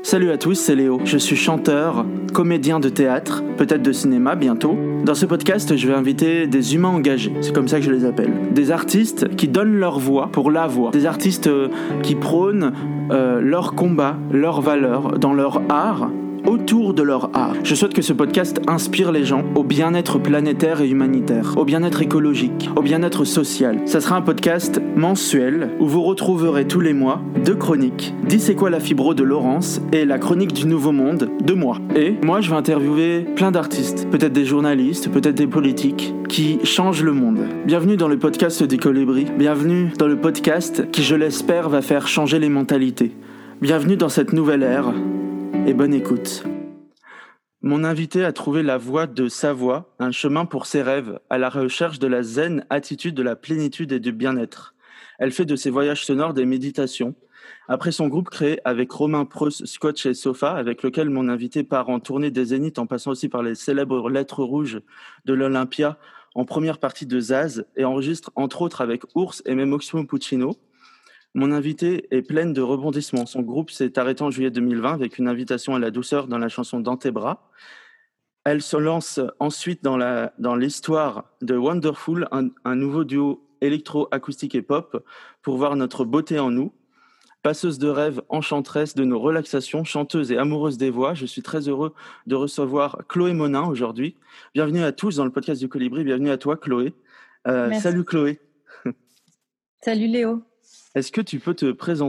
Salut à tous, c'est Léo. Je suis chanteur, comédien de théâtre, peut-être de cinéma bientôt. Dans ce podcast, je vais inviter des humains engagés, c'est comme ça que je les appelle. Des artistes qui donnent leur voix pour la voix. Des artistes qui prônent leur combat, leurs valeurs dans leur art, autour de leur art. Je souhaite que ce podcast inspire les gens au bien-être planétaire et humanitaire, au bien-être écologique, au bien-être social. Ça sera un podcast mensuel où vous retrouverez tous les mois 2 chroniques. Dis c'est quoi la fibro de Laurence et la chronique du Nouveau Monde de moi. Et moi je vais interviewer plein d'artistes, peut-être des journalistes, peut-être des politiques qui changent le monde. Bienvenue dans le podcast du Colibri. Bienvenue dans le podcast qui, je l'espère, va faire changer les mentalités. Bienvenue dans cette nouvelle ère. Et bonne écoute. Mon invité a trouvé la voie de sa voix, un chemin pour ses rêves, à la recherche de la zen attitude de la plénitude et du bien-être. Elle fait de ses voyages sonores des méditations. Après son groupe créé avec Romain Preuss, Scotch et Sofa, avec lequel mon invité part en tournée des Zéniths en passant aussi par les célèbres lettres rouges de l'Olympia en première partie de Zaz et enregistre entre autres avec Ours et même Oxmo Puccino. Mon invité est pleine de rebondissements. Son groupe s'est arrêté en juillet 2020 avec une invitation à la douceur dans la chanson Dans tes bras. Elle se lance ensuite dans l'histoire de Wonderful, un nouveau duo électro-acoustique et pop pour voir notre beauté en nous. Passeuse de rêves, enchanteresse de nos relaxations, chanteuse et amoureuse des voix, je suis très heureux de recevoir Chloé Monin aujourd'hui. Bienvenue à tous dans le podcast du Colibri. Bienvenue à toi, Chloé. Salut Chloé. Salut Léo. Est-ce que tu peux te présenter ?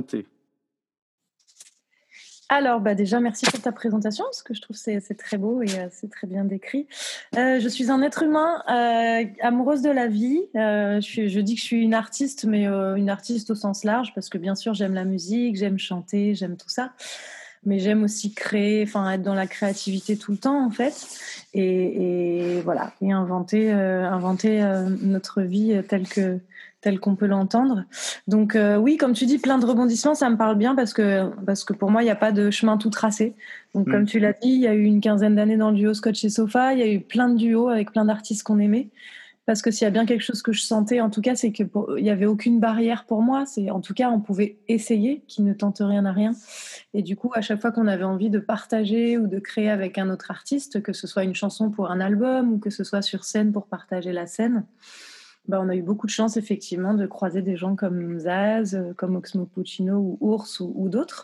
Alors, déjà, merci pour ta présentation, parce que je trouve que c'est très beau et c'est très bien décrit. Je suis un être humain amoureuse de la vie. Je dis que je suis une artiste, mais une artiste au sens large, parce que bien sûr, j'aime la musique, j'aime chanter, j'aime tout ça. Mais j'aime aussi créer, être dans la créativité tout le temps, en fait. Et voilà, et inventer notre vie telle qu'on peut l'entendre. Donc oui, comme tu dis, plein de rebondissements, ça me parle bien parce que pour moi, il n'y a pas de chemin tout tracé. Donc comme tu l'as dit, il y a eu une 15aine d'années dans le duo Scotch et Sofa, il y a eu plein de duos avec plein d'artistes qu'on aimait. Parce que s'il y a bien quelque chose que je sentais, en tout cas, c'est qu'il n'y avait aucune barrière pour moi. En tout cas, on pouvait essayer, qui ne tente rien à rien. Et du coup, à chaque fois qu'on avait envie de partager ou de créer avec un autre artiste, que ce soit une chanson pour un album ou que ce soit sur scène pour partager la scène, on a eu beaucoup de chance, effectivement, de croiser des gens comme Zaz, comme Oxmo Puccino ou Ours ou d'autres.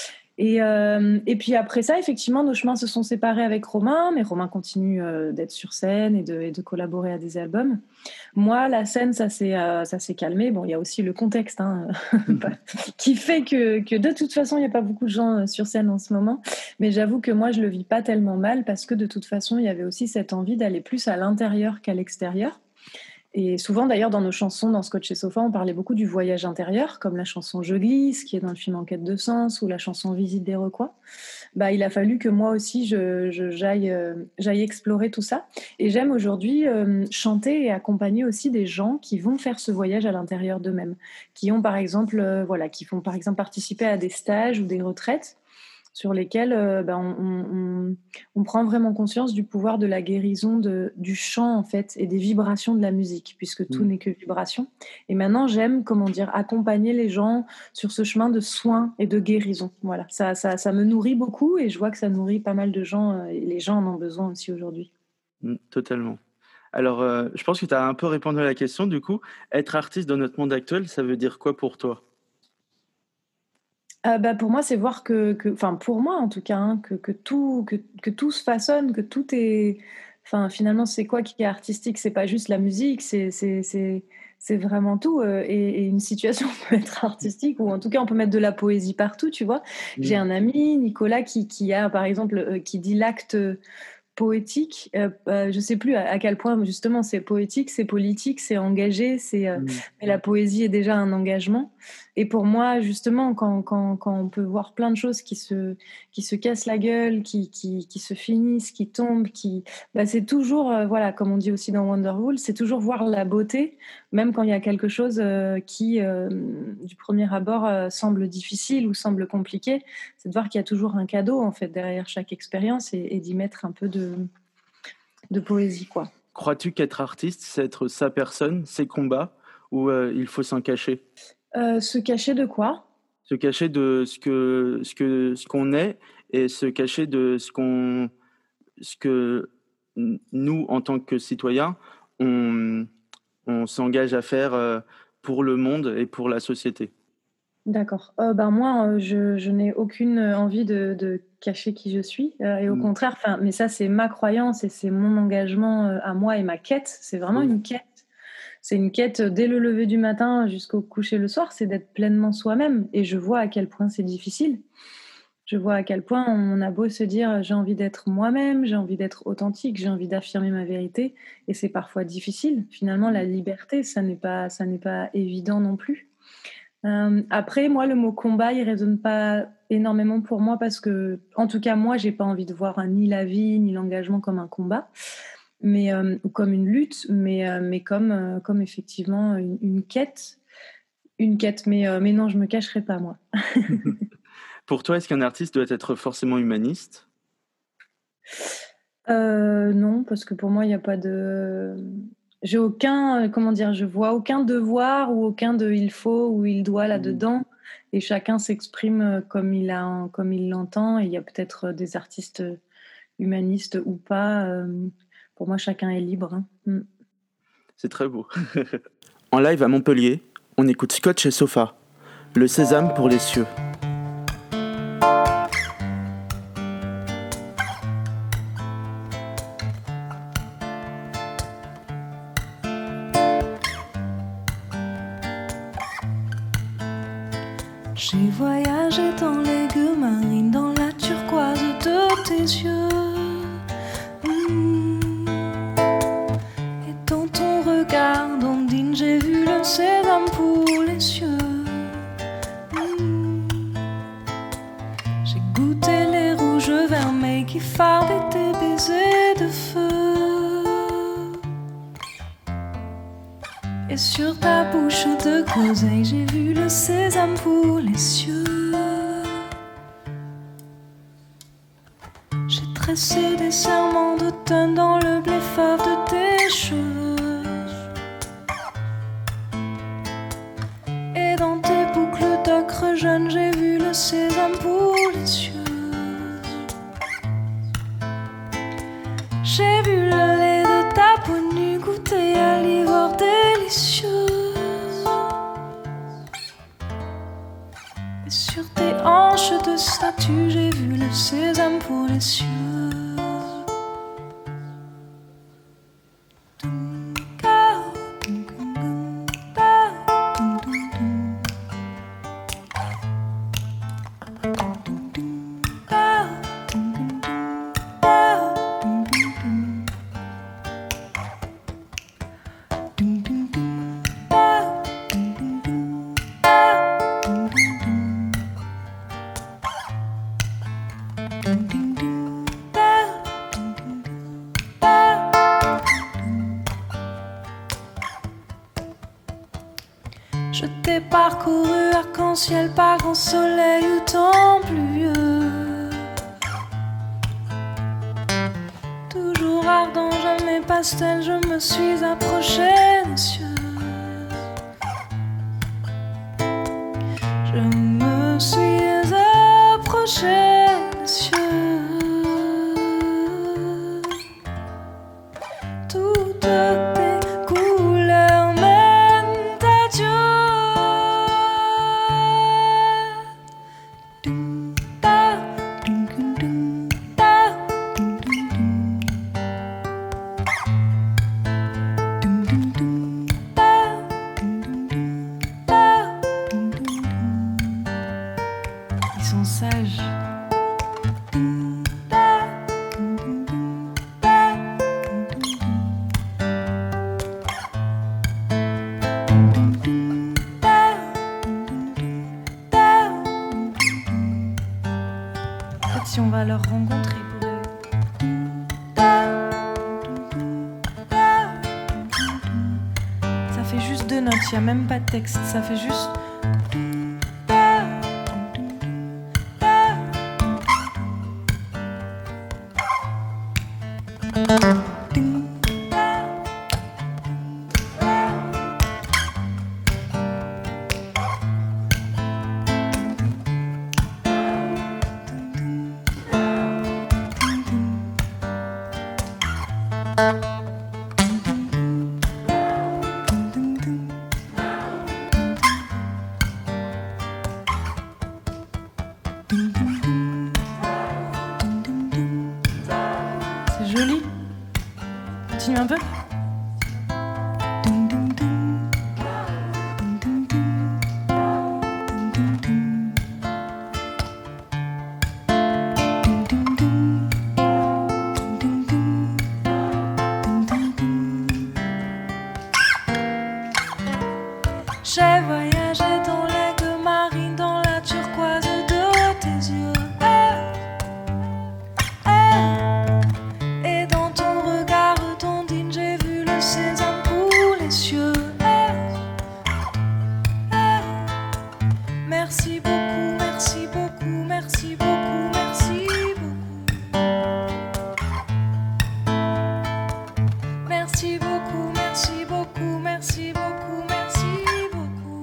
Et puis après ça, effectivement, nos chemins se sont séparés avec Romain, mais Romain continue d'être sur scène et de collaborer à des albums. Moi, la scène, ça s'est calmé. Bon, il y a aussi le contexte qui fait que de toute façon, il n'y a pas beaucoup de gens sur scène en ce moment. Mais j'avoue que moi, je le vis pas tellement mal parce que de toute façon, il y avait aussi cette envie d'aller plus à l'intérieur qu'à l'extérieur. Et souvent, d'ailleurs, dans nos chansons, dans Scotch et Sofa, on parlait beaucoup du voyage intérieur, comme la chanson Je glisse, qui est dans le film En quête de sens, ou la chanson Visite des recoins. Il a fallu que moi aussi, j'aille explorer tout ça. Et j'aime aujourd'hui chanter et accompagner aussi des gens qui vont faire ce voyage à l'intérieur d'eux-mêmes, qui ont, par exemple, qui font, par exemple, participer à des stages ou des retraites sur lesquels on prend vraiment conscience du pouvoir de la guérison du chant en fait et des vibrations de la musique, puisque tout n'est que vibration. Et maintenant, j'aime accompagner les gens sur ce chemin de soins et de guérison. Voilà, ça me nourrit beaucoup et je vois que ça nourrit pas mal de gens et les gens en ont besoin aussi aujourd'hui. Totalement. Alors, je pense que tu as un peu répondu à la question. Du coup, être artiste dans notre monde actuel, ça veut dire quoi pour toi ? Pour moi, c'est voir pour moi en tout cas, que tout se façonne, que tout est... finalement, c'est quoi qui est artistique ? C'est pas juste la musique, c'est vraiment tout. Et une situation peut être artistique, ou en tout cas, on peut mettre de la poésie partout, tu vois. J'ai un ami, Nicolas, qui a, par exemple, qui dit l'acte poétique. Je sais plus à quel point, justement, c'est poétique, c'est politique, c'est engagé, mais la poésie est déjà un engagement. Et pour moi, justement, quand on peut voir plein de choses qui se cassent la gueule, qui se finissent, qui tombent, c'est toujours, comme on dit aussi dans Wonderful, c'est toujours voir la beauté, même quand il y a quelque chose qui, du premier abord, semble difficile ou semble compliqué. C'est de voir qu'il y a toujours un cadeau, en fait, derrière chaque expérience et d'y mettre un peu de poésie, quoi. Crois-tu qu'être artiste, c'est être sa personne, ses combats, ou il faut s'en cacher ? Se cacher de quoi ? Se cacher de ce qu'on est et se cacher de ce que nous, en tant que citoyens, on, on s'engage à faire pour le monde et pour la société. D'accord. Moi, je n'ai aucune envie de cacher qui je suis, et au Mm. contraire, enfin, mais ça, c'est ma croyance et c'est mon engagement à moi et ma quête. C'est vraiment Oui. une quête. C'est une quête dès le lever du matin jusqu'au coucher le soir, c'est d'être pleinement soi-même. Et je vois à quel point c'est difficile. Je vois à quel point on a beau se dire j'ai envie d'être moi-même, j'ai envie d'être authentique, j'ai envie d'affirmer ma vérité, et c'est parfois difficile. Finalement, la liberté, ça n'est pas évident non plus. Après, moi, le mot combat, il résonne pas énormément pour moi parce que, en tout cas, moi, j'ai pas envie de voir ni la vie ni l'engagement comme un combat, ou comme une lutte, mais comme effectivement une quête, Mais non, je me cacherai pas, moi. Pour toi, est-ce qu'un artiste doit être forcément humaniste? Non, parce que pour moi, il n'y a pas de. J'ai aucun, comment dire, je vois aucun devoir ou aucun de il faut ou il doit là-dedans. Et chacun s'exprime comme il l'entend. Et il y a peut-être des artistes humanistes ou pas. Pour moi, chacun est libre. Hein. C'est très beau. En live à Montpellier, on écoute Scotch et Sofa, le sésame pour les cieux. J'ai voyagé dans les gueux marines, dans la turquoise de tes yeux. Et dans ton regard d'ondine, j'ai vu le sésame pour les cieux. J'ai goûté les rouges vermeils qui fardaient tes baisers de feu. Et sur ta bouche de groseille, j'ai vu le sésame pour les cieux. J'ai tressé des serments d'automne dans le blé fave de tes cheveux. Et dans tes boucles d'ocre jaune, j'ai vu le sésame pour les cieux. J'ai vu le lait de ta peau nue goûter à l'ivoire délicieux. Et sur tes hanches de statue, j'ai vu le sésame pour les cieux. Je t'ai parcouru arc-en-ciel par grand soleil ou temps pluvieux. Toujours ardent, jamais pastel, je me suis approchée des cieux. Je me suis approchée des cieux. Toutes tes couleurs mènent à Dieu. Ils sont sages. En fait, si on va leur rencontrer pour ça fait juste 2 notes, il n'y a même pas de texte, ça fait juste. continue un peu. J'ai voyagé dans l'aigle marine, dans la turquoise de tes yeux. Et dans ton regard tondine, j'ai vu le sésame pour les cieux. Merci beaucoup, merci beaucoup, merci beaucoup, merci beaucoup. Merci beaucoup, merci beaucoup, merci beaucoup, merci beaucoup.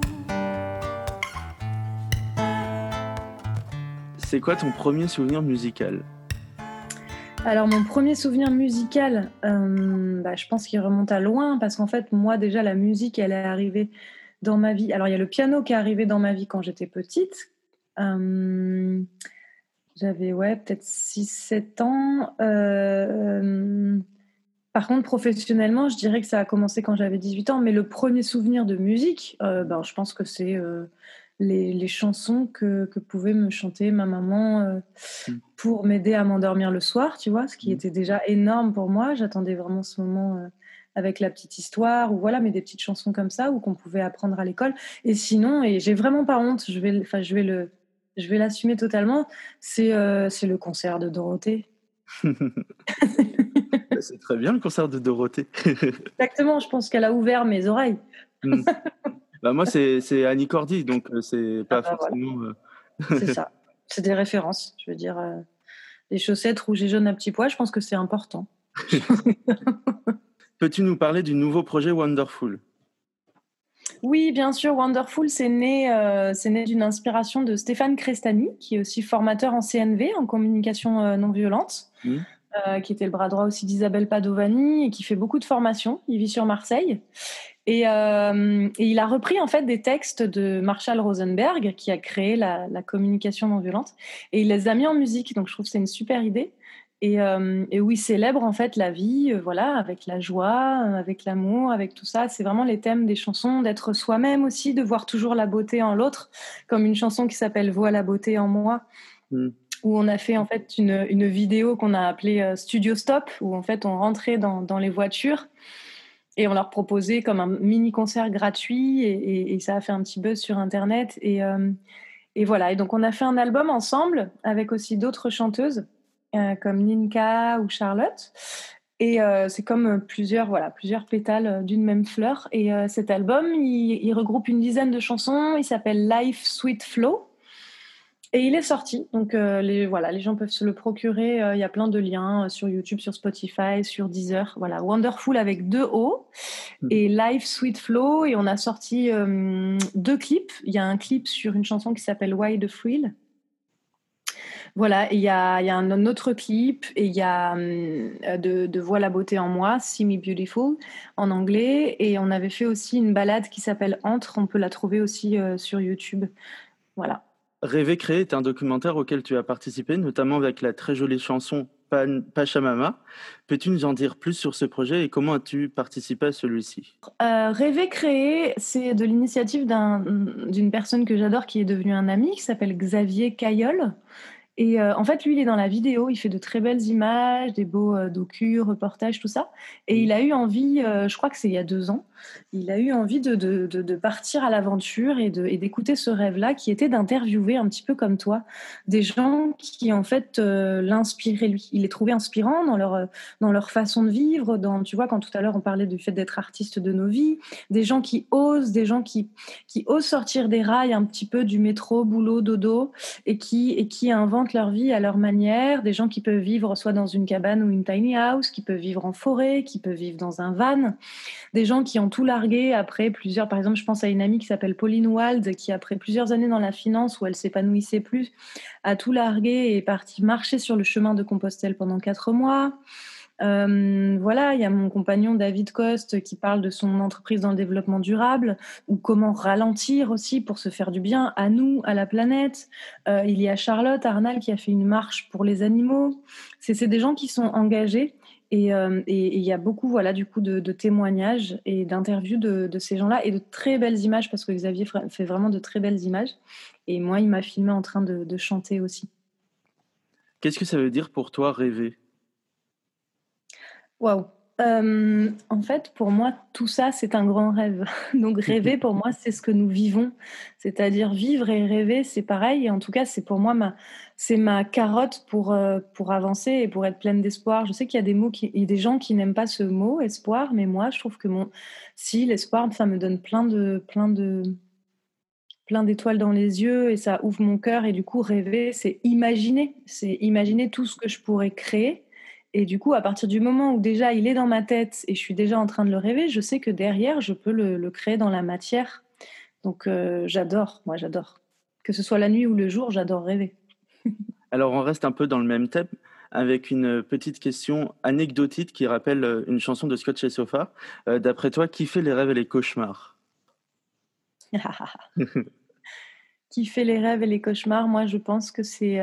C'est quoi ton premier souvenir musical? Alors mon premier souvenir musical, je pense qu'il remonte à loin parce qu'en fait moi déjà la musique elle est arrivée dans ma vie. Alors il y a le piano qui est arrivé dans ma vie quand j'étais petite. J'avais peut-être 6-7 ans. Par contre professionnellement je dirais que ça a commencé quand j'avais 18 ans. Mais le premier souvenir de musique, je pense que c'est les chansons que pouvait me chanter ma maman pour m'aider à m'endormir le soir, tu vois, ce qui était déjà énorme pour moi. J'attendais vraiment ce moment avec la petite histoire, ou voilà, mais des petites chansons comme ça, ou qu'on pouvait apprendre à l'école. Et sinon, et j'ai vraiment pas honte, je vais l'assumer totalement, c'est le concert de Dorothée. C'est très bien le concert de Dorothée. Exactement, je pense qu'elle a ouvert mes oreilles. Moi, c'est Annie Cordy, donc c'est pas forcément... Voilà. C'est ça, c'est des références. Je veux dire, les chaussettes rouges et jaunes à petits pois, je pense que c'est important. Peux-tu nous parler du nouveau projet Wonderful? Oui, bien sûr. Wonderful, c'est né d'une inspiration de Stéphane Crestani, qui est aussi formateur en CNV, en communication non violente, qui était le bras droit aussi d'Isabelle Padovani et qui fait beaucoup de formations. Il vit sur Marseille. Et il a repris en fait des textes de Marshall Rosenberg, qui a créé la communication non violente, et il les a mis en musique. Donc je trouve que c'est une super idée. Et où il célèbre en fait la vie, avec la joie, avec l'amour, avec tout ça. C'est vraiment les thèmes des chansons, d'être soi-même aussi, de voir toujours la beauté en l'autre, comme une chanson qui s'appelle « Vois la beauté en moi », où on a fait en fait une vidéo qu'on a appelée Studio Stop, où en fait on rentrait dans les voitures et on leur proposait comme un mini concert gratuit, et ça a fait un petit buzz sur Internet. Et voilà. Et donc on a fait un album ensemble avec aussi d'autres chanteuses, comme Ninka ou Charlotte, et c'est comme plusieurs pétales d'une même fleur. Et cet album il regroupe une dizaine de chansons. Il s'appelle Life Sweet Flow et il est sorti, donc les gens peuvent se le procurer. Il y a plein de liens sur YouTube, sur Spotify, sur Deezer. Voilà, Wonderful avec 2 O et Life Sweet Flow. Et on a sorti 2 clips. Il y a un clip sur une chanson qui s'appelle Why the Thrill. Voilà, et il y a un autre clip, et il y a de Vois la beauté en moi, See Me Beautiful, en anglais. Et on avait fait aussi une balade qui s'appelle Entre, on peut la trouver aussi sur YouTube. Voilà. Rêver créer est un documentaire auquel tu as participé, notamment avec la très jolie chanson Pachamama. Peux-tu nous en dire plus sur ce projet et comment as-tu participé à celui-ci? Rêver créer, c'est de l'initiative d'une personne que j'adore, qui est devenue un ami, qui s'appelle Xavier Caillol. Et en fait, lui, il est dans la vidéo, il fait de très belles images, des beaux docus, reportages, tout ça. Et il a eu envie, je crois que c'est il y a 2 ans, il a eu envie de partir à l'aventure et d'écouter ce rêve-là, qui était d'interviewer un petit peu comme toi, des gens qui en fait l'inspiraient lui. Il les trouvait inspirants dans leur façon de vivre, tu vois, quand tout à l'heure on parlait du fait d'être artiste de nos vies, des gens qui osent, des gens qui osent sortir des rails un petit peu du métro, boulot, dodo, et qui inventent leur vie à leur manière, des gens qui peuvent vivre soit dans une cabane ou une tiny house, qui peuvent vivre en forêt, qui peuvent vivre dans un van, des gens qui ont tout largué après plusieurs... Par exemple, je pense à une amie qui s'appelle Pauline Wald, qui après plusieurs années dans la finance où elle s'épanouissait plus, a tout largué et est partie marcher sur le chemin de Compostelle pendant 4 mois. Il y a mon compagnon David Coste qui parle de son entreprise dans le développement durable, ou comment ralentir aussi pour se faire du bien à nous, à la planète. Il y a Charlotte Arnal qui a fait une marche pour les animaux. C'est des gens qui sont engagés Et il y a beaucoup, voilà, du coup, de témoignages et d'interviews de ces gens-là et de très belles images parce que Xavier fait vraiment de très belles images. Et moi, il m'a filmé en train de chanter aussi. Qu'est-ce que ça veut dire pour toi rêver? Waouh! En fait, pour moi, tout ça, c'est un grand rêve. Donc rêver, pour moi, c'est ce que nous vivons. C'est-à-dire vivre et rêver, c'est pareil et en tout cas, c'est pour moi ma carotte pour avancer et pour être pleine d'espoir. Je sais qu'il y a il y a des gens qui n'aiment pas ce mot espoir, mais moi, je trouve que si l'espoir, ça me donne plein d'étoiles dans les yeux et ça ouvre mon cœur et du coup, rêver, c'est imaginer tout ce que je pourrais créer et du coup, à partir du moment où déjà il est dans ma tête et je suis déjà en train de le rêver, je sais que derrière, je peux le créer dans la matière. Donc j'adore. Que ce soit la nuit ou le jour, j'adore rêver. Alors on reste un peu dans le même thème avec une petite question anecdotique qui rappelle une chanson de Scott chez Sofa. D'après toi, qui fait les rêves et les cauchemars? Qui fait les rêves et les cauchemars? Moi, je pense que c'est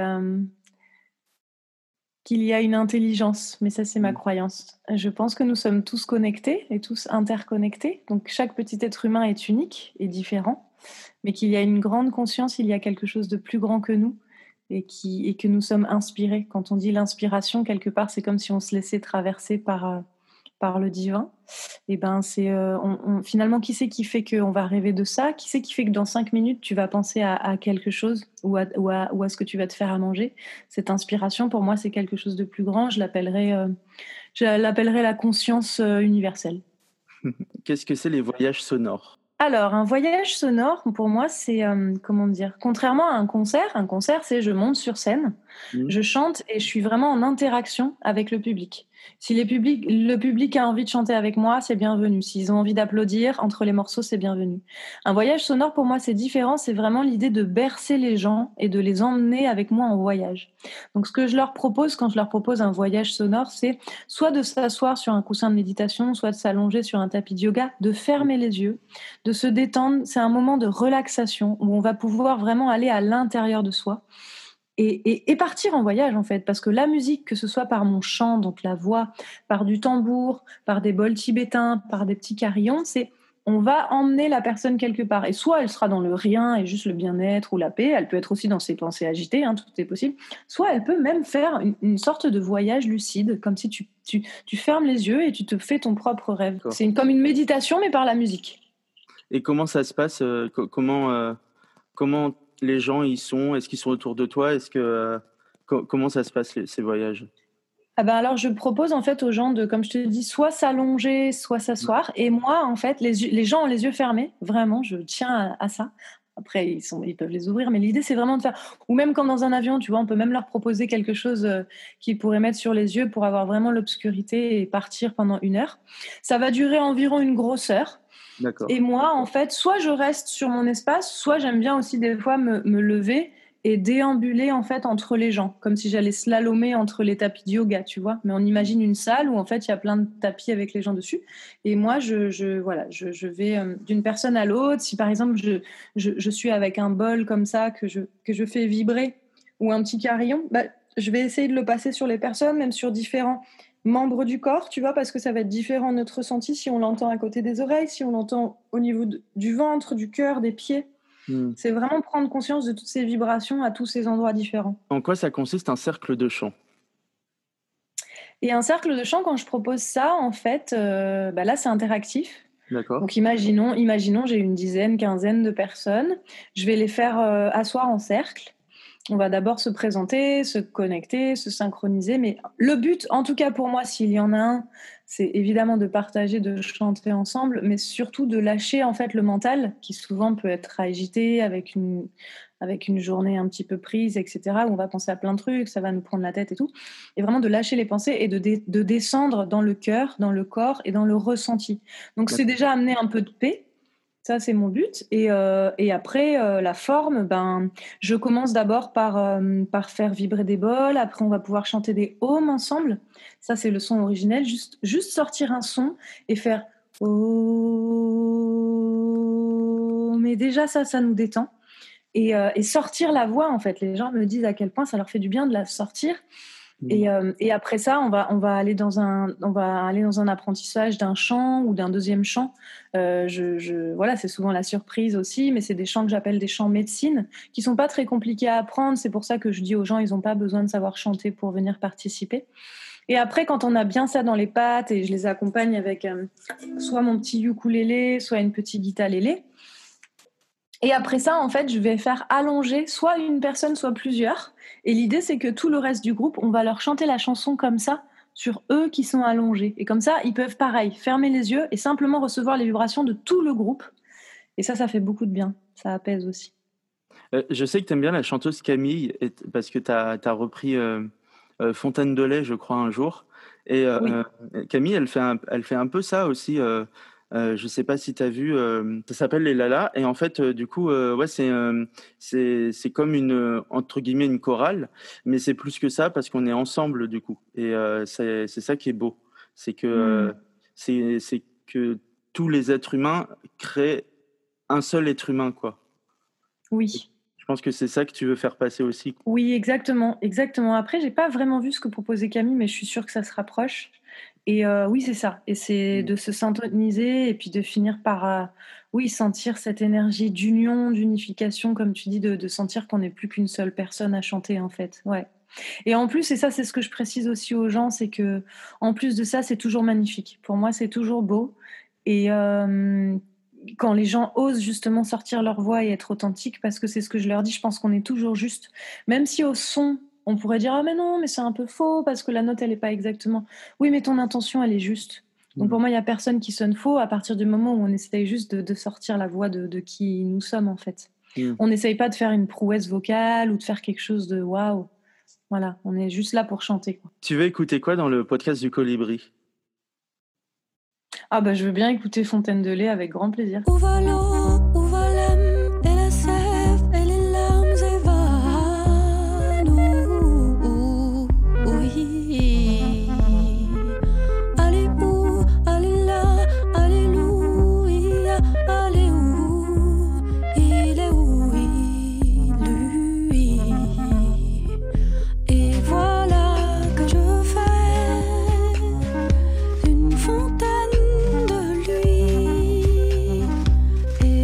qu'il y a une intelligence, mais ça, c'est ma Mm. croyance. Je pense que nous sommes tous connectés et tous interconnectés. Donc, chaque petit être humain est unique et différent, mais qu'il y a une grande conscience, il y a quelque chose de plus grand que nous et que nous sommes inspirés. Quand on dit l'inspiration, quelque part, c'est comme si on se laissait traverser par le divin. Et ben, finalement, qui c'est qui fait qu'on va rêver de ça? Qui c'est qui fait que dans 5 minutes, tu vas penser à quelque chose ou à ce que tu vas te faire à manger? Cette inspiration, pour moi, c'est quelque chose de plus grand. Je l'appellerais la conscience universelle. Qu'est-ce que c'est les voyages sonores? Alors, un voyage sonore, pour moi, c'est, comment dire? Contrairement à un concert, c'est je monte sur scène, Mm. je chante et je suis vraiment en interaction avec le public. Si le public a envie de chanter avec moi, c'est bienvenu. S'ils ont envie d'applaudir entre les morceaux, c'est bienvenu. Un voyage sonore, pour moi, c'est différent. C'est vraiment l'idée de bercer les gens et de les emmener avec moi en voyage. Donc, ce que je leur propose quand je leur propose un voyage sonore, c'est soit de s'asseoir sur un coussin de méditation, soit de s'allonger sur un tapis de yoga, de fermer les yeux, de se détendre. C'est un moment de relaxation où on va pouvoir vraiment aller à l'intérieur de soi et partir en voyage en fait. Parce que la musique, que ce soit par mon chant, donc la voix, par du tambour, par des bols tibétains, par des petits carillons, on va emmener la personne quelque part. Et soit elle sera dans le rien et juste le bien-être ou la paix, elle peut être aussi dans ses pensées agitées, hein, tout est possible. Soit elle peut même faire une sorte de voyage lucide, comme si tu fermes les yeux et tu te fais ton propre rêve. D'accord. C'est comme une méditation, mais par la musique. Et comment ça se passe? Comment les gens y sont? Est-ce qu'ils sont autour de toi? Comment ça se passe ces voyages? Ah ben alors je propose en fait aux gens de, comme je te dis, soit s'allonger, soit Mm. s'asseoir. Et moi, en fait, les gens ont les yeux fermés, vraiment, je tiens à ça. Après, ils peuvent les ouvrir, mais l'idée, c'est vraiment de faire. Ou même comme dans un avion, tu vois, on peut même leur proposer quelque chose qu'ils pourraient mettre sur les yeux pour avoir vraiment l'obscurité et partir pendant 1 heure. Ça va durer environ une grosse heure. D'accord. Et moi, en fait, soit je reste sur mon espace, soit j'aime bien aussi des fois me lever et déambuler en fait entre les gens, comme si j'allais slalomer entre les tapis de yoga, tu vois. Mais on imagine une salle où en fait il y a plein de tapis avec les gens dessus. Et moi, voilà, je vais d'une personne à l'autre. Si par exemple je suis avec un bol comme ça que je fais vibrer ou un petit carillon, bah, je vais essayer de le passer sur les personnes, même sur différents membres du corps, tu vois, parce que ça va être différent notre ressenti si on l'entend à côté des oreilles, si on l'entend au niveau du ventre, du cœur, des pieds. Mm. C'est vraiment prendre conscience de toutes ces vibrations à tous ces endroits différents. En quoi ça consiste un cercle de chant? Et un cercle de chant, quand je propose ça, en fait, bah là, c'est interactif. D'accord. Donc, imaginons, j'ai une dizaine, quinzaine de personnes. Je vais les faire asseoir en cercle. On va d'abord se présenter, se connecter, se synchroniser. Mais le but, en tout cas pour moi, s'il y en a un, c'est évidemment de partager, de chanter ensemble, mais surtout de lâcher en fait le mental, qui souvent peut être agité avec une journée un petit peu prise, etc., où on va penser à plein de trucs, ça va nous prendre la tête et tout. Et vraiment de lâcher les pensées et de descendre dans le cœur, dans le corps et dans le ressenti. Donc c'est D'accord. déjà amener un peu de paix. Ça, c'est mon but. Et après, la forme, ben, je commence d'abord par faire vibrer des bols. Après, on va pouvoir chanter des ohms ensemble. Ça, c'est le son originel. Juste sortir un son et faire oh. Mais déjà, ça nous détend. Et sortir la voix, en fait. Les gens me disent à quel point ça leur fait du bien de la sortir. Et après ça, on va aller dans un apprentissage d'un chant ou d'un deuxième chant. Voilà, c'est souvent la surprise aussi, mais c'est des chants que j'appelle des chants médecine, qui sont pas très compliqués à apprendre. C'est pour ça que je dis aux gens, ils n'ont pas besoin de savoir chanter pour venir participer. Et après, quand on a bien ça dans les pattes, et je les accompagne avec soit mon petit ukulélé, soit une petite guitare-lélé. Et après ça, en fait, je vais faire allonger soit une personne, soit plusieurs. Et l'idée, c'est que tout le reste du groupe, on va leur chanter la chanson comme ça, sur eux qui sont allongés. Et comme ça, ils peuvent, pareil, fermer les yeux et simplement recevoir les vibrations de tout le groupe. Et ça fait beaucoup de bien. Ça apaise aussi. Je sais que tu aimes bien la chanteuse Camille, parce que tu as repris Fontaine de lait, je crois, un jour. Et Oui. Camille, elle fait un peu ça aussi. Je sais pas si tu as vu, ça s'appelle Les Lalas. Et en fait, du coup, ouais, c'est comme entre guillemets, une chorale, mais c'est plus que ça parce qu'on est ensemble, du coup. Et c'est ça qui est beau. C'est que, c'est que tous les êtres humains créent un seul être humain, quoi. Oui. Je pense que c'est ça que tu veux faire passer aussi. Oui, exactement. Après, j'ai pas vraiment vu ce que proposait Camille, mais je suis sûre que ça se rapproche. Et oui, c'est ça. Et c'est de se syntoniser et puis de finir par, sentir cette énergie d'union, d'unification, comme tu dis, de sentir qu'on n'est plus qu'une seule personne à chanter, en fait. Ouais. Et en plus, et ça, c'est ce que je précise aussi aux gens, c'est que en plus de ça, c'est toujours magnifique. Pour moi, c'est toujours beau. Et quand les gens osent justement sortir leur voix et être authentiques, parce que c'est ce que je leur dis, je pense qu'on est toujours juste. Même si au son, on pourrait dire « Ah mais non, mais c'est un peu faux, parce que la note, elle n'est pas exactement… » Oui, mais ton intention, elle est juste. Donc pour moi, il n'y a personne qui sonne faux à partir du moment où on essaye juste de sortir la voix de qui nous sommes, en fait. On n'essaye pas de faire une prouesse vocale ou de faire quelque chose de waouh. Voilà, on est juste là pour chanter, quoi. Tu veux écouter quoi dans le podcast du Colibri ? Ah bah je veux bien écouter Fontaine de lait avec grand plaisir. Où va l'eau, où va l'âme, et la sève, et les larmes, et va nous, oui. Allez où, allez là, alléluia, allez où, il est où, lui. Et voilà que je fais une fontaine de lui. Et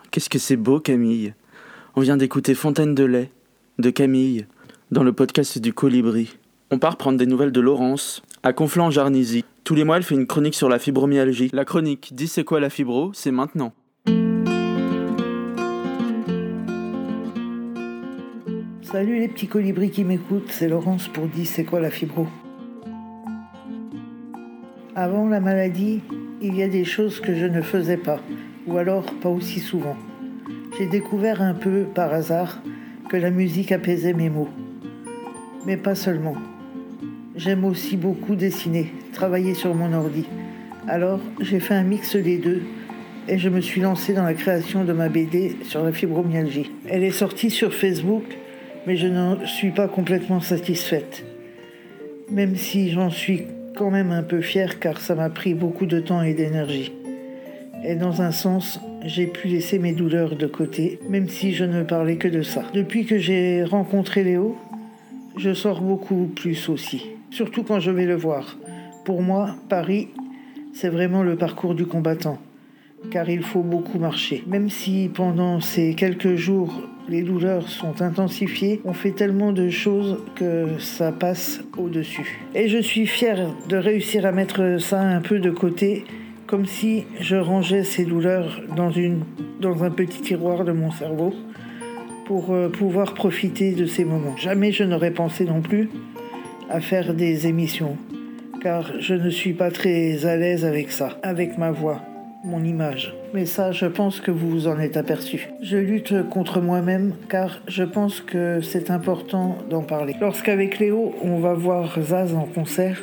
Qu'est-ce que c'est beau, Camille. On vient d'écouter Fontaine de lait, de Camille, dans le podcast du Colibri. On part prendre des nouvelles de Laurence, à Conflans-en-Jarnisy. Tous les mois, elle fait une chronique sur la fibromyalgie. La chronique « Dis c'est quoi la fibro ?» c'est maintenant. Salut les petits colibris qui m'écoutent, c'est Laurence pour Dis c'est quoi la fibro. Avant la maladie, il y a des choses que je ne faisais pas, ou alors pas aussi souvent. J'ai découvert un peu, par hasard, que la musique apaisait mes maux. Mais pas seulement. J'aime aussi beaucoup dessiner, travailler sur mon ordi. Alors, j'ai fait un mix des deux et je me suis lancée dans la création de ma BD sur la fibromyalgie. Elle est sortie sur Facebook, mais je n'en suis pas complètement satisfaite. Même si j'en suis quand même un peu fière car ça m'a pris beaucoup de temps et d'énergie. Et dans un sens, j'ai pu laisser mes douleurs de côté, même si je ne parlais que de ça. Depuis que j'ai rencontré Léo, je sors beaucoup plus aussi, surtout quand je vais le voir. Pour moi, Paris, c'est vraiment le parcours du combattant, car il faut beaucoup marcher. Même si pendant ces quelques jours, les douleurs sont intensifiées, on fait tellement de choses que ça passe au-dessus. Et je suis fière de réussir à mettre ça un peu de côté, comme si je rangeais ces douleurs dans un petit tiroir de mon cerveau pour pouvoir profiter de ces moments. Jamais je n'aurais pensé non plus à faire des émissions, car je ne suis pas très à l'aise avec ça, avec ma voix, mon image. Mais ça, je pense que vous vous en êtes aperçu. Je lutte contre moi-même, car je pense que c'est important d'en parler. Lorsqu'avec Léo, on va voir Zaz en concert,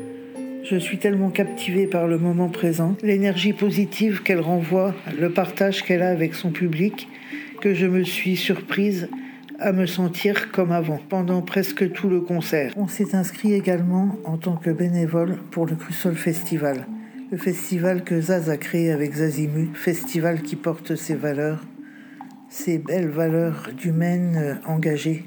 je suis tellement captivée par le moment présent, l'énergie positive qu'elle renvoie, le partage qu'elle a avec son public, que je me suis surprise à me sentir comme avant, pendant presque tout le concert. On s'est inscrit également en tant que bénévole pour le Crussol Festival, le festival que Zaz a créé avec Zazimut, festival qui porte ses valeurs, ces belles valeurs d'humaines engagées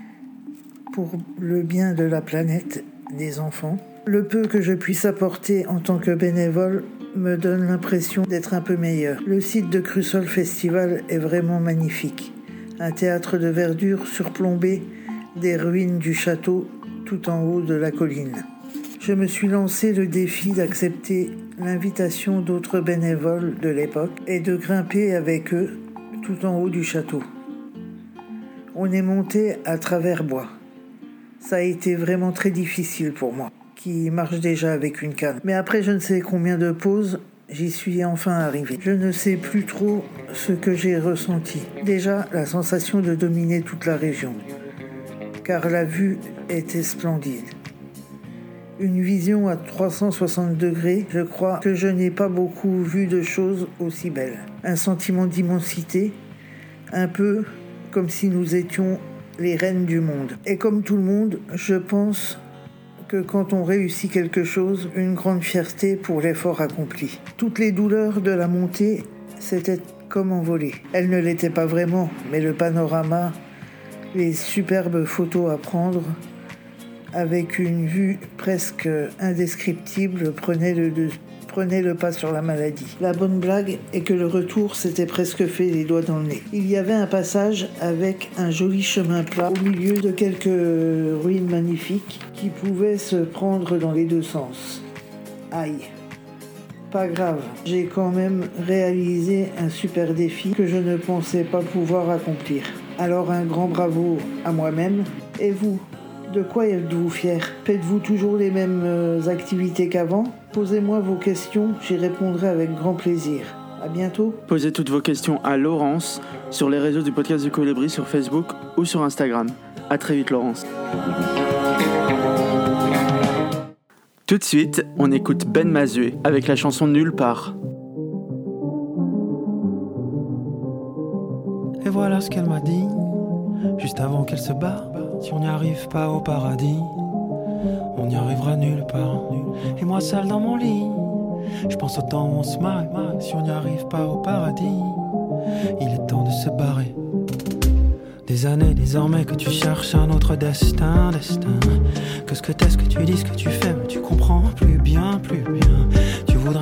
pour le bien de la planète, des enfants. Le peu que je puisse apporter en tant que bénévole me donne l'impression d'être un peu meilleur. Le site de Crussol Festival est vraiment magnifique. Un théâtre de verdure surplombé des ruines du château tout en haut de la colline. Je me suis lancé le défi d'accepter l'invitation d'autres bénévoles de l'époque et de grimper avec eux tout en haut du château. On est monté à travers bois. Ça a été vraiment très difficile pour moi, qui marche déjà avec une canne. Mais après je ne sais combien de pauses, j'y suis enfin arrivé. Je ne sais plus trop ce que j'ai ressenti. Déjà, la sensation de dominer toute la région, car la vue était splendide. Une vision à 360 degrés, je crois que je n'ai pas beaucoup vu de choses aussi belles. Un sentiment d'immensité, un peu comme si nous étions les reines du monde. Et comme tout le monde, je pense que quand on réussit quelque chose, une grande fierté pour l'effort accompli. Toutes les douleurs de la montée, c'était comme envolées. Elles ne l'étaient pas vraiment, mais le panorama, les superbes photos à prendre, avec une vue presque indescriptible, prenait le pas sur la maladie. La bonne blague est que le retour s'était presque fait les doigts dans le nez. Il y avait un passage avec un joli chemin plat au milieu de quelques ruines magnifiques qui pouvaient se prendre dans les deux sens. Aïe. Pas grave, j'ai quand même réalisé un super défi que je ne pensais pas pouvoir accomplir. Alors un grand bravo à moi-même. Et vous ? De quoi êtes-vous fiers ? Faites-vous toujours les mêmes activités qu'avant ? Posez-moi vos questions, j'y répondrai avec grand plaisir. À bientôt. Posez toutes vos questions à Laurence sur les réseaux du podcast du Colibri sur Facebook ou sur Instagram. À très vite, Laurence. Tout de suite, on écoute Ben Mazué avec la chanson Nulle part. Et voilà ce qu'elle m'a dit, juste avant qu'elle se barre. Si on n'y arrive pas au paradis, on n'y arrivera nulle part. Et moi seul dans mon lit, je pense au temps où on se marre. Si on n'y arrive pas au paradis, il est temps de se barrer. Des années désormais que tu cherches un autre destin. Que ce que t'es, ce que tu dis, ce que tu fais, mais tu comprends plus bien. Tu voudrais mais tu sais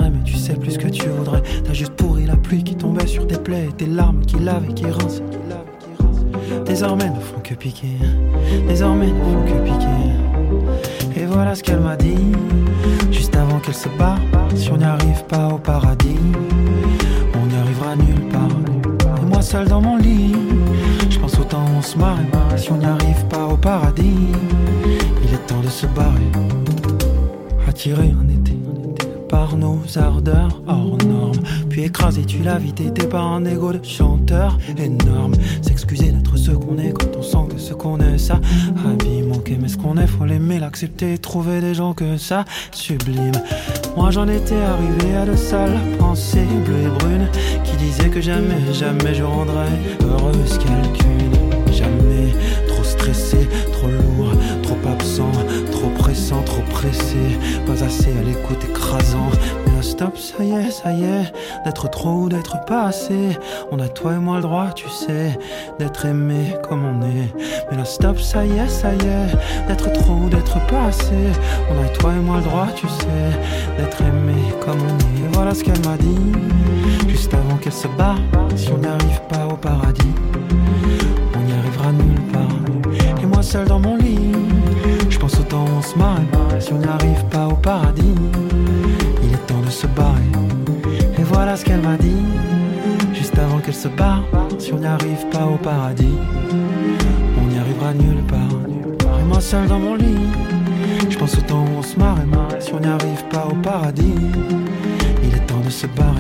sais plus ce que tu voudrais. T'as juste pourri la pluie qui tombait sur tes plaies, et tes larmes qui lavent et qui rincent. Désormais ne font que piquer, désormais ne font que piquer. Et voilà ce qu'elle m'a dit, juste avant qu'elle se barre. Si on n'y arrive pas au paradis, on n'y arrivera nulle part. Et moi seul dans mon lit, je pense au temps où on se marre. Si on n'y arrive pas au paradis, il est temps de se barrer. Attiré en été par nos ardeurs hors normes, puis écrasé tu la vie t'étais par un ego de chanteur énorme. S'excuser d'être ce qu'on est quand on sent que ce qu'on est ça abîme. Ok, mais ce qu'on est faut l'aimer, l'accepter, trouver des gens que ça sublime. Moi j'en étais arrivé à de sales pensées bleues et brunes qui disaient que jamais, jamais je rendrais heureuse quelqu'une. Jamais, trop stressé, trop lourd, trop absent, trop pressant, trop pressé, pas assez à l'écoute, écrasant. Mais là stop, ça y est, d'être trop ou d'être pas assez. On a toi et moi le droit, tu sais, d'être aimé comme on est. Mais là stop, ça y est, d'être trop ou d'être pas assez. On a toi et moi le droit, tu sais, d'être aimé comme on est. Et voilà ce qu'elle m'a dit, juste avant qu'elle se barre. Si on n'y arrive pas au paradis, on n'y arrivera nulle part. Et moi seul dans mon lit, je pense au temps où on se marre. Si on n'y arrive pas au paradis, il est temps de se barrer. Et voilà ce qu'elle m'a dit, juste avant qu'elle se barre. Si on n'y arrive pas au paradis, on n'y arrivera nulle part. Et moi seul dans mon lit, je pense au temps où on se marre. Si on n'y arrive pas au paradis, il est temps de se barrer.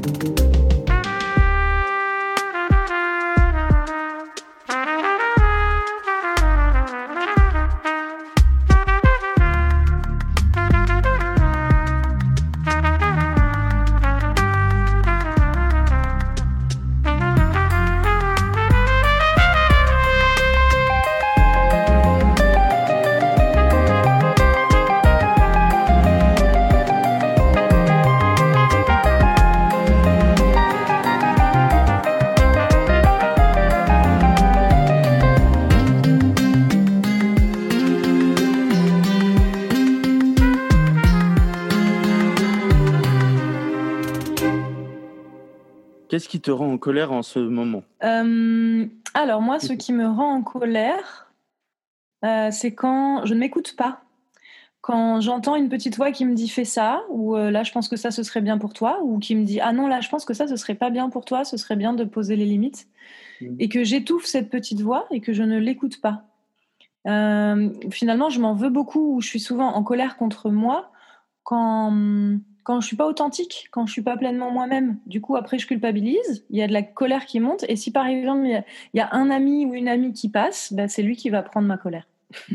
Qu'est-ce qui te rend en colère en ce moment ? Alors moi, ce qui me rend en colère, c'est quand je ne m'écoute pas. Quand j'entends une petite voix qui me dit fais ça, ou là je pense que ça ce serait bien pour toi, ou qui me dit ah non là je pense que ça ce serait pas bien pour toi, ce serait bien de poser les limites, et que j'étouffe cette petite voix et que je ne l'écoute pas. Finalement je m'en veux beaucoup, ou je suis souvent en colère contre moi quand je suis pas authentique, quand je suis pas pleinement moi-même. Du coup après je culpabilise, il y a de la colère qui monte, et si par exemple il y a un ami ou une amie qui passe, bah, c'est lui qui va prendre ma colère.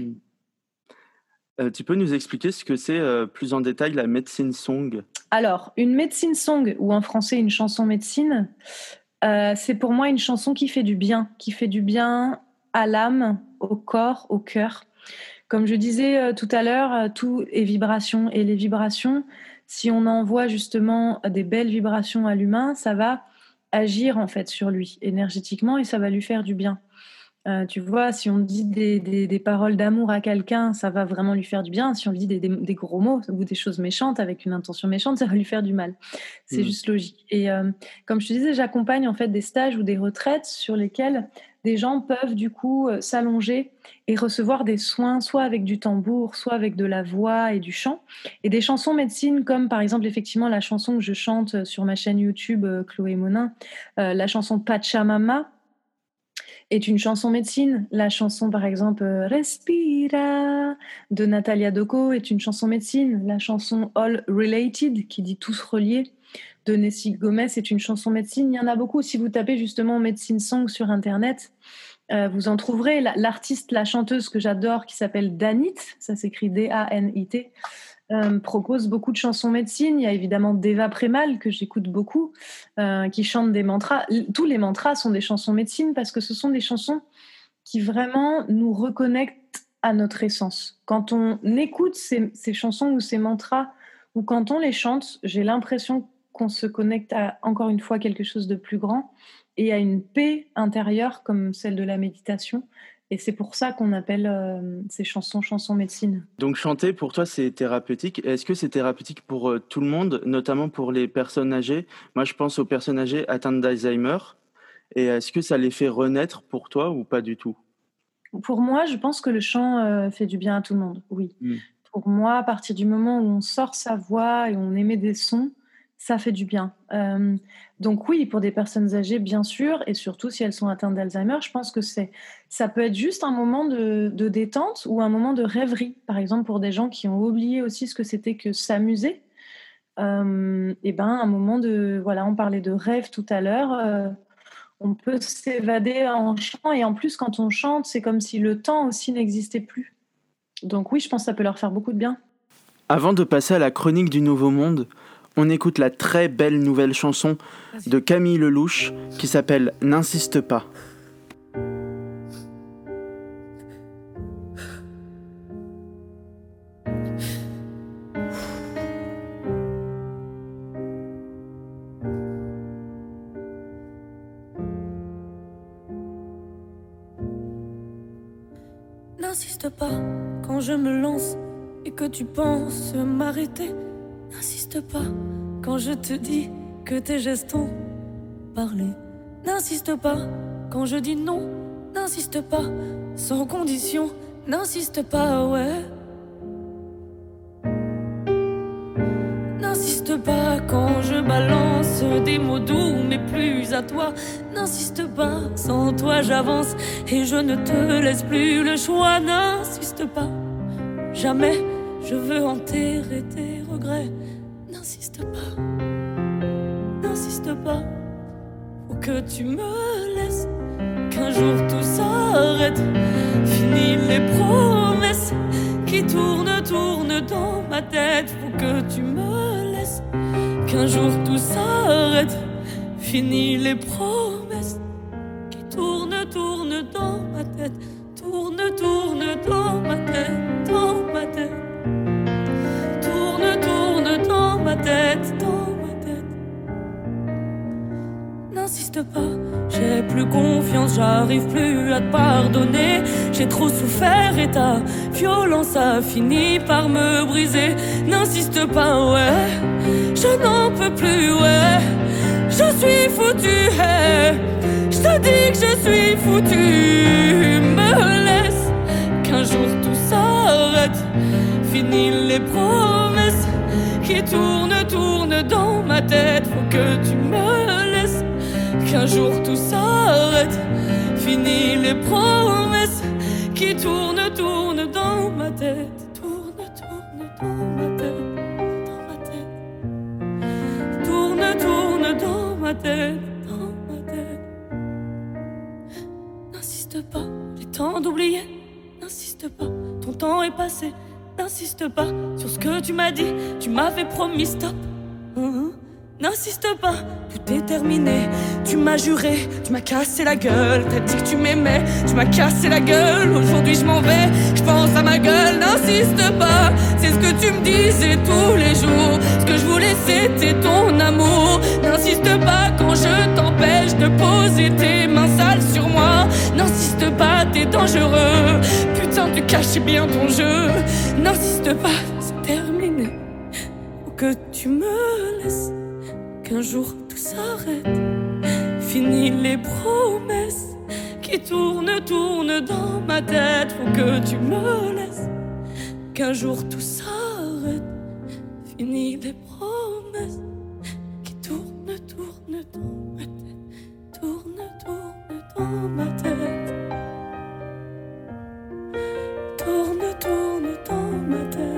Tu peux nous expliquer ce que c'est plus en détail la medicine song ? Alors, une medicine song, ou en français une chanson médecine, c'est pour moi une chanson qui fait du bien à l'âme, au corps, au cœur. Comme je disais tout à l'heure, tout est vibration, et les vibrations, si on envoie justement des belles vibrations à l'humain, ça va agir en fait sur lui énergétiquement, et ça va lui faire du bien. Tu vois, si on dit des paroles d'amour à quelqu'un, ça va vraiment lui faire du bien. Si on lui dit des gros mots ou des choses méchantes avec une intention méchante, ça va lui faire du mal. C'est juste logique. Et comme je te disais, j'accompagne en fait des stages ou des retraites sur lesquelles des gens peuvent du coup s'allonger et recevoir des soins, soit avec du tambour, soit avec de la voix et du chant. Et des chansons médecine, comme par exemple effectivement la chanson que je chante sur ma chaîne YouTube Chloé Monin, la chanson Pachamama, est une chanson médecine. La chanson, par exemple, Respira de Natalia Doko est une chanson médecine. La chanson All Related, qui dit tous reliés, de Nessie Gomez est une chanson médecine. Il y en a beaucoup. Si vous tapez justement Medicine Song sur Internet, vous en trouverez. L'artiste, la chanteuse que j'adore, qui s'appelle Danit, ça s'écrit D-A-N-I-T, propose beaucoup de chansons médecine. Il y a évidemment Deva Premal, que j'écoute beaucoup, qui chante des mantras. Tous les mantras sont des chansons médecine, parce que ce sont des chansons qui vraiment nous reconnectent à notre essence. Quand on écoute ces chansons ou ces mantras, ou quand on les chante, j'ai l'impression qu'on se connecte à, encore une fois, quelque chose de plus grand, et à une paix intérieure comme celle de la méditation, Et c'est pour ça qu'on appelle ces chansons médecine. Donc chanter, pour toi, c'est thérapeutique. Est-ce que c'est thérapeutique pour tout le monde, notamment pour les personnes âgées ? Moi, je pense aux personnes âgées atteintes d'Alzheimer. Et est-ce que ça les fait renaître pour toi ou pas du tout ? Pour moi, je pense que le chant fait du bien à tout le monde, oui. Pour moi, à partir du moment où on sort sa voix et on émet des sons, ça fait du bien. Donc oui, pour des personnes âgées, bien sûr, et surtout si elles sont atteintes d'Alzheimer, je pense que ça peut être juste un moment de détente ou un moment de rêverie. Par exemple, pour des gens qui ont oublié aussi ce que c'était que s'amuser, un moment de... Voilà, on parlait de rêve tout à l'heure. On peut s'évader en chant, et en plus, quand on chante, c'est comme si le temps aussi n'existait plus. Donc oui, je pense que ça peut leur faire beaucoup de bien. Avant de passer à la chronique du Nouveau Monde, on écoute la très belle nouvelle chanson de Camille Lelouch qui s'appelle « N'insiste pas ». N'insiste pas quand je me lance et que tu penses m'arrêter. N'insiste pas quand je te dis que tes gestes ont parlé. N'insiste pas quand je dis non. N'insiste pas sans condition. N'insiste pas, ouais. N'insiste pas quand je balance des mots doux mais plus à toi. N'insiste pas, sans toi j'avance et je ne te laisse plus le choix. N'insiste pas, jamais je veux enterrer tes regrets. N'insiste pas, faut que tu me laisses, qu'un jour tout s'arrête. Fini les promesses qui tournent dans ma tête. Faut que tu me laisses, qu'un jour tout s'arrête. Fini les promesses qui tournent dans ma tête. Tourne dans ma tête, dans ma tête. Tourne dans ma tête, dans ma tête. N'insiste pas, j'ai plus confiance, j'arrive plus à te pardonner. J'ai trop souffert et ta violence a fini par me briser. N'insiste pas, ouais, je n'en peux plus, ouais. Je suis foutu, hey. Je te dis que je suis foutu. Me laisse, qu'un jour tout s'arrête. Fini les promesses qui tournent dans ma tête. Faut que tu me laisses, qu'un jour tout s'arrête. Fini les promesses qui tournent dans ma tête. Tourne dans ma tête, dans ma tête. Tourne dans ma tête, dans ma tête. N'insiste pas, j'ai le temps d'oublier. N'insiste pas, ton temps est passé. N'insiste pas sur ce que tu m'as dit. Tu m'avais promis stop. N'insiste pas, tout est terminé. Tu m'as juré, tu m'as cassé la gueule. T'as dit que tu m'aimais, tu m'as cassé la gueule. Aujourd'hui je m'en vais, je pense à ma gueule. N'insiste pas, c'est ce que tu me disais tous les jours. Ce que je voulais c'était ton amour. N'insiste pas quand je t'empêche de poser tes mains sales sur moi. N'insiste pas, t'es dangereux. Putain, tu cachais bien ton jeu. N'insiste pas, c'est terminé. Faut que tu me laisses, qu'un jour tout s'arrête. Fini les promesses qui tournent dans ma tête. Faut que tu me laisses, qu'un jour tout s'arrête. Fini les promesses qui tournent dans ma tête. Tourne dans ma tête. Tourne dans ma tête.